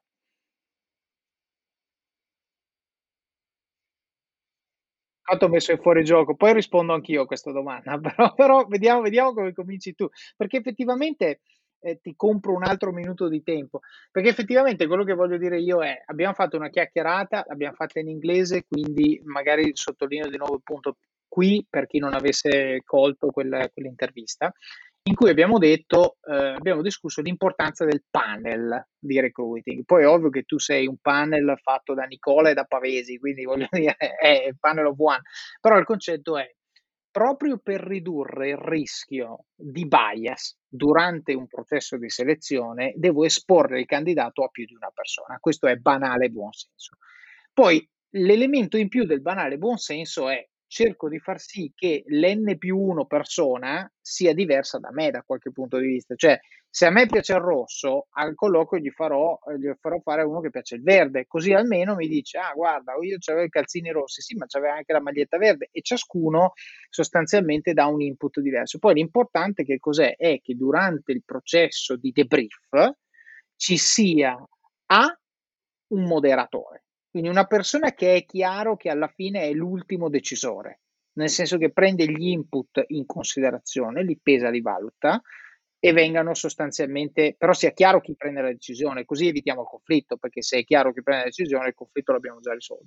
Tanto ho messo in fuorigioco, poi rispondo anch'io a questa domanda, però però vediamo vediamo come cominci tu, perché effettivamente, ehm, ti compro un altro minuto di tempo, perché effettivamente quello che voglio dire io è: abbiam fatto una chiacchierata, l'abbiam fatta in inglese, quindi magari sottolineo di nuovo il punto qui per chi non avesse colto quel quell'intervista, in cui abbiamo detto ehm, abbiamo discusso l'importanza del panel di recruiting. Poi è ovvio che tu sei un panel fatto da Nicola e da Pavesi, quindi voglio dire è il panel of one, però il concetto è: proprio per ridurre il rischio di bias durante un processo di selezione, devo esporre il candidato a più di una persona. Questo è banale buonsenso. Poi l'elemento in più del banale buonsenso è: cerco di far sì che l'N più uno persona sia diversa da me da qualche punto di vista. Cioè, se a me piace il rosso, al colloquio gli farò ehm, gli farò fare a uno che piace il verde, così almeno mi dice: "Ah guarda, io c'avevo i calzini rossi", "Sì, ma c'aveva anche la maglietta verde", e ciascuno sostanzialmente dà un input diverso. Poi l'importante che cos'è? È che durante il processo di debrief ci sia A un moderatore, quindi una persona che è chiaro che alla fine è l'ultimo decisore, nel senso che prende gli input in considerazione, li pesa, li valuta e vengano sostanzialmente però sia chiaro chi prende la decisione, così evitiamo il conflitto, perché se è chiaro chi prende la decisione il conflitto l'abbiamo già risolto.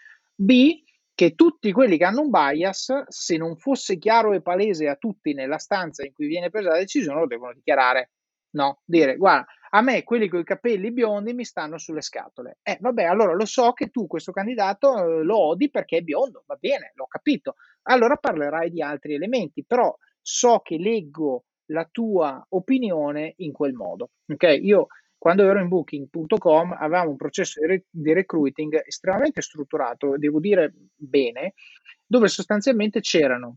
B, che tutti quelli che hanno un bias, se non fosse chiaro e palese a tutti nella stanza in cui viene presa la decisione, lo devono dichiarare. No, dire: "Guarda, a me quelli coi capelli biondi mi stanno sulle scatole". Eh, vabbè, allora lo so che tu questo candidato, uhm, lo odi perché è biondo, va bene, l'ho capito. Allora parlerai di altri elementi, però so che leggo la tua opinione in quel modo, okay? Io quando ero in booking punto com avevamo un processo di re di recruiting estremamente strutturato, devo dire bene, dove sostanzialmente c'erano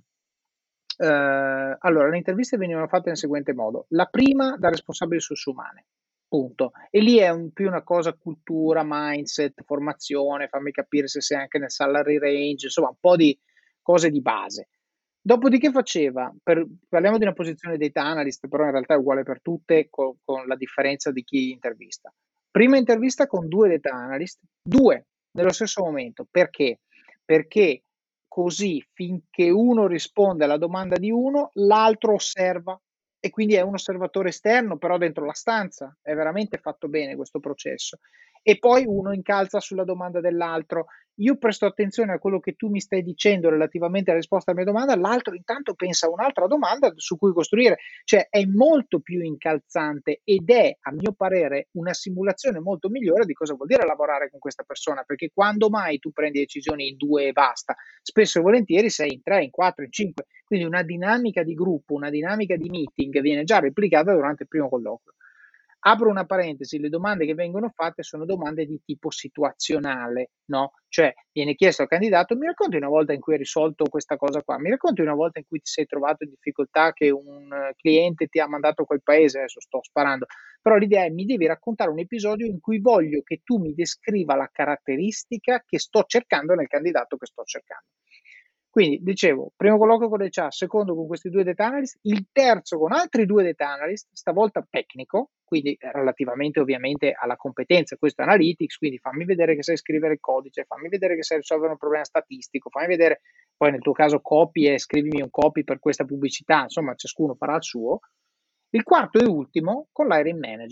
Ehm, allora, le interviste venivano fatte nel seguente modo: la prima dal responsabile risorse umane, punto. E lì è un più una cosa cultura, mindset, formazione, fammi capire se sei anche nel salary range, insomma un po' di cose di base. Dopodiché faceva per parliamo di una posizione data analyst, però in realtà è uguale per tutte co con la differenza di chi intervista. Prima intervista con due data analyst, due nello stesso momento. Perché? Perché così finché uno risponde alla domanda di uno, l'altro osserva e quindi è un osservatore esterno, però dentro la stanza. È veramente fatto bene questo processo. E poi uno incalza sulla domanda dell'altro. Io presto attenzione a quello che tu mi stai dicendo relativamente alla risposta alla mia domanda, l'altro intanto pensa a un'altra domanda su cui costruire. Cioè è molto più incalzante ed è, a mio parere, una simulazione molto migliore di cosa vuol dire lavorare con questa persona, perché quando mai tu prendi decisioni in due e basta, spesso e volentieri sei in tre, in quattro, in cinque, quindi una dinamica di gruppo, una dinamica di meeting viene già replicata durante il primo colloquio. Apro una parentesi, le domande che vengono fatte sono domande di tipo situazionale, no? Cioè viene chiesto al candidato: "Mi racconti una volta in cui hai risolto questa cosa qua? Mi racconti una volta in cui ti sei trovato in difficoltà che un eh, cliente ti ha mandato a quel paese?" Adesso sto sparando, però l'idea è: mi devi raccontare un episodio in cui voglio che tu mi descriva la caratteristica che sto cercando nel candidato che sto cercando. Quindi dicevo, primo colloquio con l'H R, secondo con questi due data analyst, il terzo con altri due data analyst, stavolta tecnico, quindi eh, relativamente ovviamente alla competenza, questo è analytics, quindi fammi vedere che sai scrivere il codice, fammi vedere che sai risolvere un problema statistico, fammi vedere, poi nel tuo caso copy e scrivimi un copy per questa pubblicità, insomma ciascuno farà il suo. Il quarto e ultimo con l'hiring manager.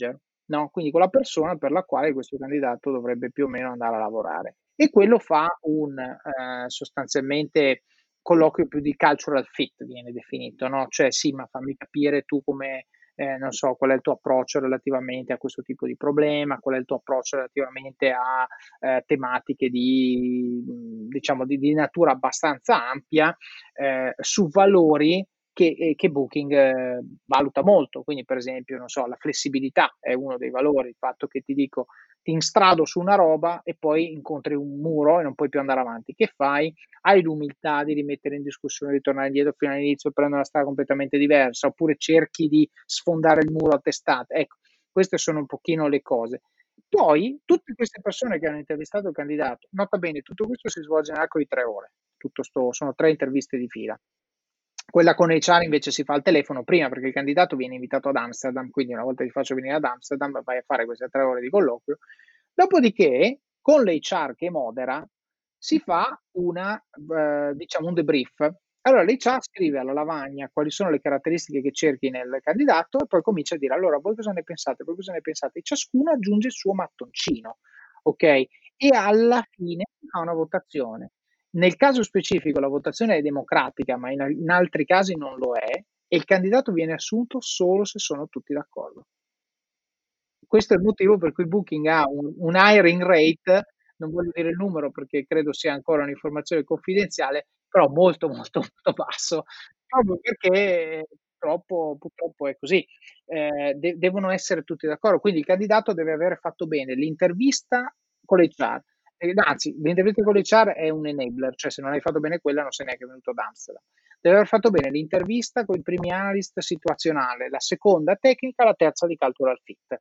no? Quindi con la persona per la quale questo candidato dovrebbe più o meno andare a lavorare. E quello fa un eh, sostanzialmente colloquio più di cultural fit, viene definito, no? Cioè sì, ma fammi capire tu come, eh, non so, qual è il tuo approccio relativamente a questo tipo di problema, qual è il tuo approccio relativamente a eh, tematiche di, diciamo, di, di natura abbastanza ampia, eh, su valori che, eh, che Booking eh, valuta molto. Quindi, per esempio, non so, la flessibilità è uno dei valori, il fatto che ti dico ti instrado su una roba e poi incontri un muro e non puoi più andare avanti. Che fai? Hai l'umiltà di rimettere in discussione, di tornare indietro fino all'inizio e prendere una strada completamente diversa, oppure cerchi di sfondare il muro a testate. Ecco, queste sono un pochino le cose. Poi, tutte queste persone che hanno intervistato il candidato, nota bene, tutto questo si svolge nell'arco di tre ore. Tutto sto, sono tre interviste di fila. Quella con H R invece si fa al telefono prima perché il candidato viene invitato ad Amsterdam, quindi una volta che ti faccio venire ad Amsterdam vai a fare queste tre ore di colloquio. Dopodiché, con l'H R che modera, si fa una, eh, diciamo un debrief. Allora l'H R scrive alla lavagna quali sono le caratteristiche che cerchi nel candidato e poi comincia a dire allora voi cosa ne pensate, voi cosa ne pensate? E ciascuno aggiunge il suo mattoncino, ok? E alla fine si fa una votazione. Nel caso specifico la votazione è democratica, ma in, in altri casi non lo è, e il candidato viene assunto solo se sono tutti d'accordo. Questo è il motivo per cui Booking ha un, un hiring rate, non voglio dire il numero perché credo sia ancora un'informazione confidenziale, però molto molto molto basso, proprio perché purtroppo, purtroppo è così. Eh, de- devono essere tutti d'accordo, quindi il candidato deve aver fatto bene l'intervista con l'H R. Eh, anzi, l'intervista con l'H R è un enabler, cioè se non hai fatto bene quella non sei neanche venuto ad Amsterdam. Deve aver fatto bene l'intervista con i primi analyst situazionale, la seconda tecnica, la terza di cultural fit.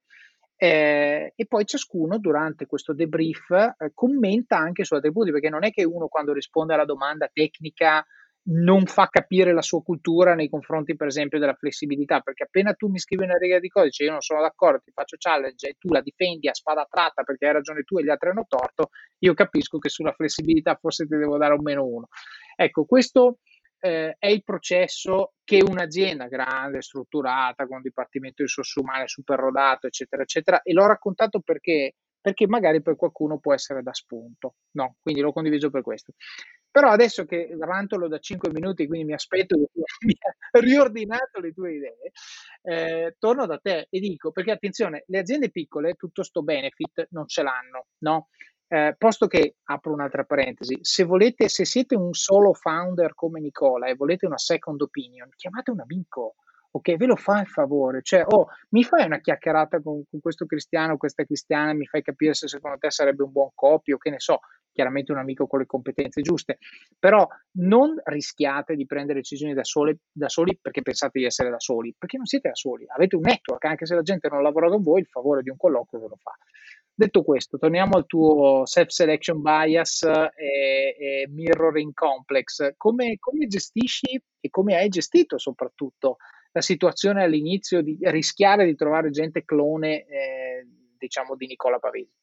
Eh, e poi ciascuno durante questo debrief eh, commenta anche su altri punti, perché non è che uno quando risponde alla domanda tecnica non fa capire la sua cultura nei confronti per esempio della flessibilità, perché appena tu mi scrivi una riga di codice io non sono d'accordo, ti faccio challenge e tu la difendi a spada tratta perché hai ragione tu e gli altri hanno torto, io capisco che sulla flessibilità forse ti devo dare un meno uno. Ecco, questo eh, è il processo che un'azienda grande, strutturata, con un dipartimento di risorse umane super rodato, eccetera, eccetera, e l'ho raccontato perché, perché magari per qualcuno può essere da spunto, no? Quindi l'ho condiviso per questo. Però adesso che rantolo da cinque minuti, quindi mi aspetto che tu abbia riordinato le tue idee, eh, torno da te e dico, perché attenzione, le aziende piccole tutto sto benefit non ce l'hanno, no? Eh, posto che, apro un'altra parentesi, se volete, se siete un solo founder come Nicola e volete una second opinion, chiamate un amico, ok? Ve lo fa il favore, cioè, oh, mi fai una chiacchierata con, con questo cristiano, questa cristiana, mi fai capire se secondo te sarebbe un buon copio, che ne so, chiaramente un amico con le competenze giuste, però non rischiate di prendere decisioni da, sole, da soli perché pensate di essere da soli, perché non siete da soli, avete un network, anche se la gente non lavora con voi, il favore di un colloquio ve lo fa. Detto questo, torniamo al tuo self-selection bias e, e mirroring complex. Come, come gestisci e come hai gestito soprattutto la situazione all'inizio di rischiare di trovare gente clone, eh, diciamo, di Nicola Pavesi?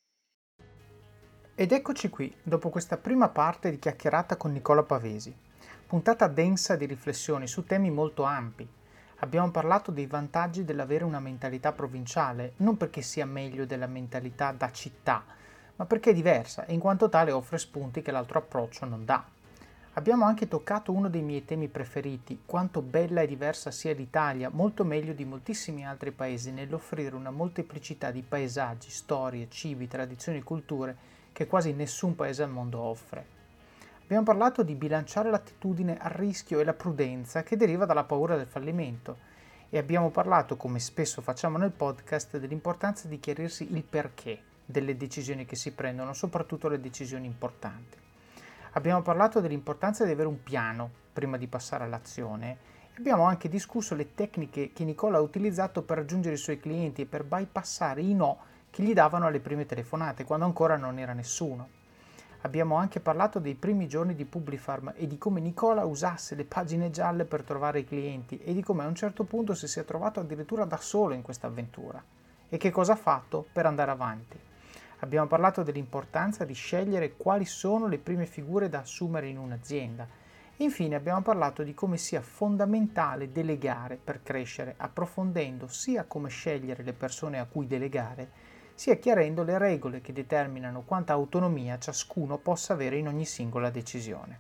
Ed eccoci qui, dopo questa prima parte di chiacchierata con Nicola Pavesi, puntata densa di riflessioni su temi molto ampi. Abbiamo parlato dei vantaggi dell'avere una mentalità provinciale, non perché sia meglio della mentalità da città, ma perché è diversa e in quanto tale offre spunti che l'altro approccio non dà. Abbiamo anche toccato uno dei miei temi preferiti, quanto bella e diversa sia l'Italia, molto meglio di moltissimi altri paesi nell'offrire una molteplicità di paesaggi, storie, cibi, tradizioni e culture che quasi nessun paese al mondo offre. Abbiamo parlato di bilanciare l'attitudine al rischio e la prudenza che deriva dalla paura del fallimento e abbiamo parlato, come spesso facciamo nel podcast, dell'importanza di chiarirsi il perché delle decisioni che si prendono, soprattutto le decisioni importanti. Abbiamo parlato dell'importanza di avere un piano prima di passare all'azione e abbiamo anche discusso le tecniche che Nicola ha utilizzato per raggiungere i suoi clienti e per bypassare i no che gli davano alle prime telefonate, quando ancora non era nessuno. Abbiamo anche parlato dei primi giorni di Publifarm e di come Nicola usasse le pagine gialle per trovare i clienti e di come a un certo punto si sia trovato addirittura da solo in questa avventura e che cosa ha fatto per andare avanti. Abbiamo parlato dell'importanza di scegliere quali sono le prime figure da assumere in un'azienda Infine abbiamo parlato di come sia fondamentale delegare per crescere, approfondendo sia come scegliere le persone a cui delegare, sia chiarendo le regole che determinano quanta autonomia ciascuno possa avere in ogni singola decisione.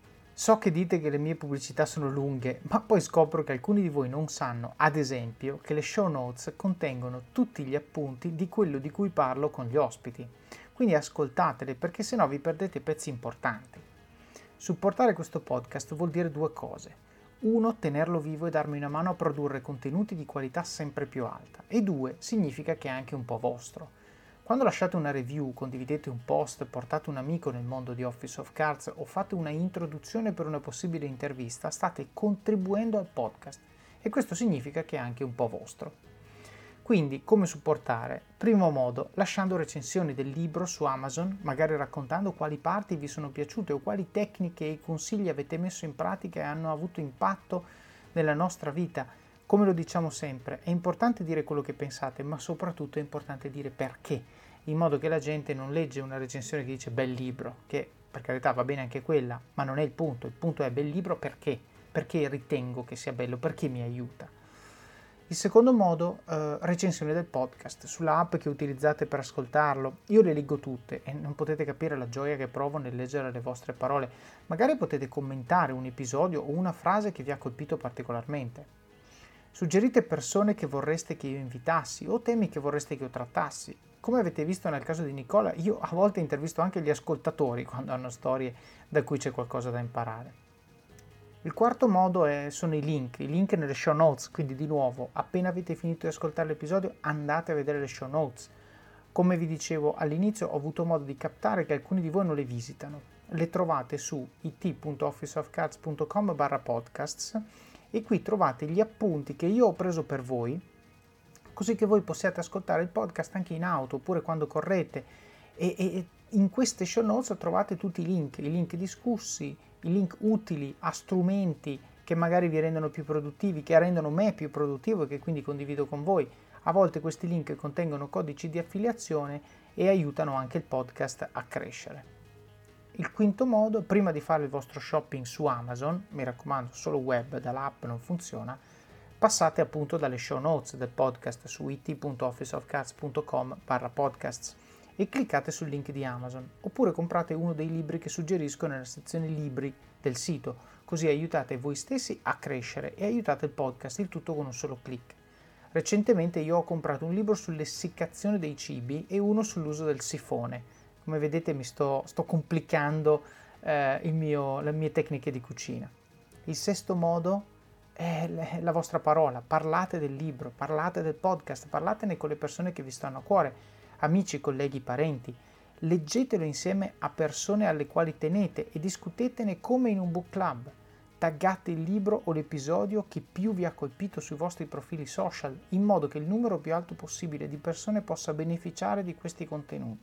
So che dite che le mie pubblicità sono lunghe, ma poi scopro che alcuni di voi non sanno, ad esempio, che le show notes contengono tutti gli appunti di quello di cui parlo con gli ospiti. Quindi ascoltatele, perché sennò vi perdete pezzi importanti. Supportare questo podcast vuol dire due cose. Uno, tenerlo vivo e darmi una mano a produrre contenuti di qualità sempre più alta. E due, significa che è anche un po' vostro. Quando lasciate una review, condividete un post, portate un amico nel mondo di Office of Cards o fate una introduzione per una possibile intervista, state contribuendo al podcast e questo significa che è anche un po' vostro. Quindi, come supportare? Primo modo, lasciando recensioni del libro su Amazon, magari raccontando quali parti vi sono piaciute o quali tecniche e consigli avete messo in pratica e hanno avuto impatto nella nostra vita. Come lo diciamo sempre, è importante dire quello che pensate, ma soprattutto è importante dire perché, in modo che la gente non legge una recensione che dice bel libro, che per carità va bene anche quella, ma non è il punto. Il punto è bel libro perché? Perché ritengo che sia bello, perché mi aiuta. Il secondo modo, eh, recensione del podcast, sulla app che utilizzate per ascoltarlo. Io le leggo tutte e non potete capire la gioia che provo nel leggere le vostre parole. Magari potete commentare un episodio o una frase che vi ha colpito particolarmente. Suggerite persone che vorreste che io invitassi o temi che vorreste che io trattassi. Come avete visto nel caso di Nicola, io a volte intervisto anche gli ascoltatori quando hanno storie da cui c'è qualcosa da imparare. Il quarto modo è, sono i link, i link nelle show notes, quindi di nuovo, appena avete finito di ascoltare l'episodio andate a vedere le show notes. Come vi dicevo all'inizio, ho avuto modo di captare che alcuni di voi non le visitano. Le trovate su it punto office of cards punto com barra podcasts e qui trovate gli appunti che io ho preso per voi, così che voi possiate ascoltare il podcast anche in auto oppure quando correte e, e in queste show notes trovate tutti i link, i link discussi, i link utili a strumenti che magari vi rendono più produttivi, che rendono me più produttivo e che quindi condivido con voi. A volte questi link contengono codici di affiliazione e aiutano anche il podcast a crescere. Il quinto modo, prima di fare il vostro shopping su Amazon, mi raccomando solo web, dall'app non funziona, passate appunto dalle show notes del podcast su it punto office of cards punto com barra podcasts e cliccate sul link di Amazon, oppure comprate uno dei libri che suggerisco nella sezione libri del sito, così aiutate voi stessi a crescere e aiutate il podcast, il tutto con un solo click. Recentemente io ho comprato un libro sull'essiccazione dei cibi e uno sull'uso del sifone. Come vedete mi sto, sto complicando eh, il mio, le mie tecniche di cucina. Il sesto modo è la vostra parola, parlate del libro, parlate del podcast, parlatene con le persone che vi stanno a cuore, amici, colleghi, parenti, leggetelo insieme a persone alle quali tenete e discutetene come in un book club. Taggate il libro o l'episodio che più vi ha colpito sui vostri profili social, in modo che il numero più alto possibile di persone possa beneficiare di questi contenuti.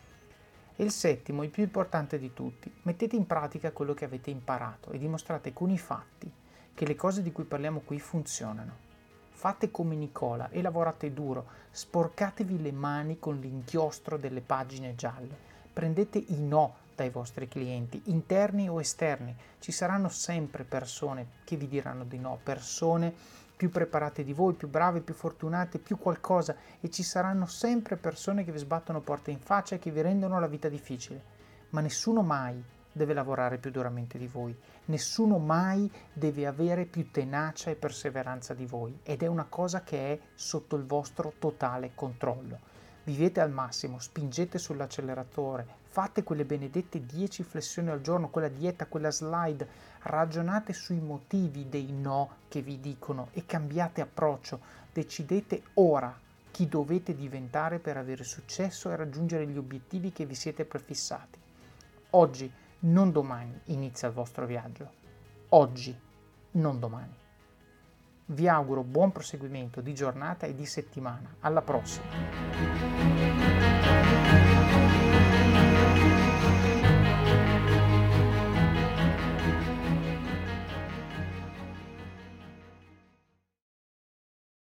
E il settimo, il più importante di tutti, mettete in pratica quello che avete imparato e dimostrate con i fatti che le cose di cui parliamo qui funzionano. Fate come Nicola e lavorate duro, sporcatevi le mani con l'inchiostro delle pagine gialle, prendete i no dai vostri clienti, interni o esterni. Ci saranno sempre persone che vi diranno di no, persone più preparate di voi, più brave, più fortunate, più qualcosa, e ci saranno sempre persone che vi sbattono porte in faccia e che vi rendono la vita difficile, ma nessuno mai deve lavorare più duramente di voi, nessuno mai deve avere più tenacia e perseveranza di voi, ed è una cosa che è sotto il vostro totale controllo. Vivete al massimo, spingete sull'acceleratore, fate quelle benedette dieci flessioni al giorno, quella dieta, quella slide, ragionate sui motivi dei no che vi dicono e cambiate approccio, decidete ora chi dovete diventare per avere successo e raggiungere gli obiettivi che vi siete prefissati. Oggi, non domani, inizia il vostro viaggio. Oggi, non domani. Vi auguro buon proseguimento di giornata e di settimana. Alla prossima!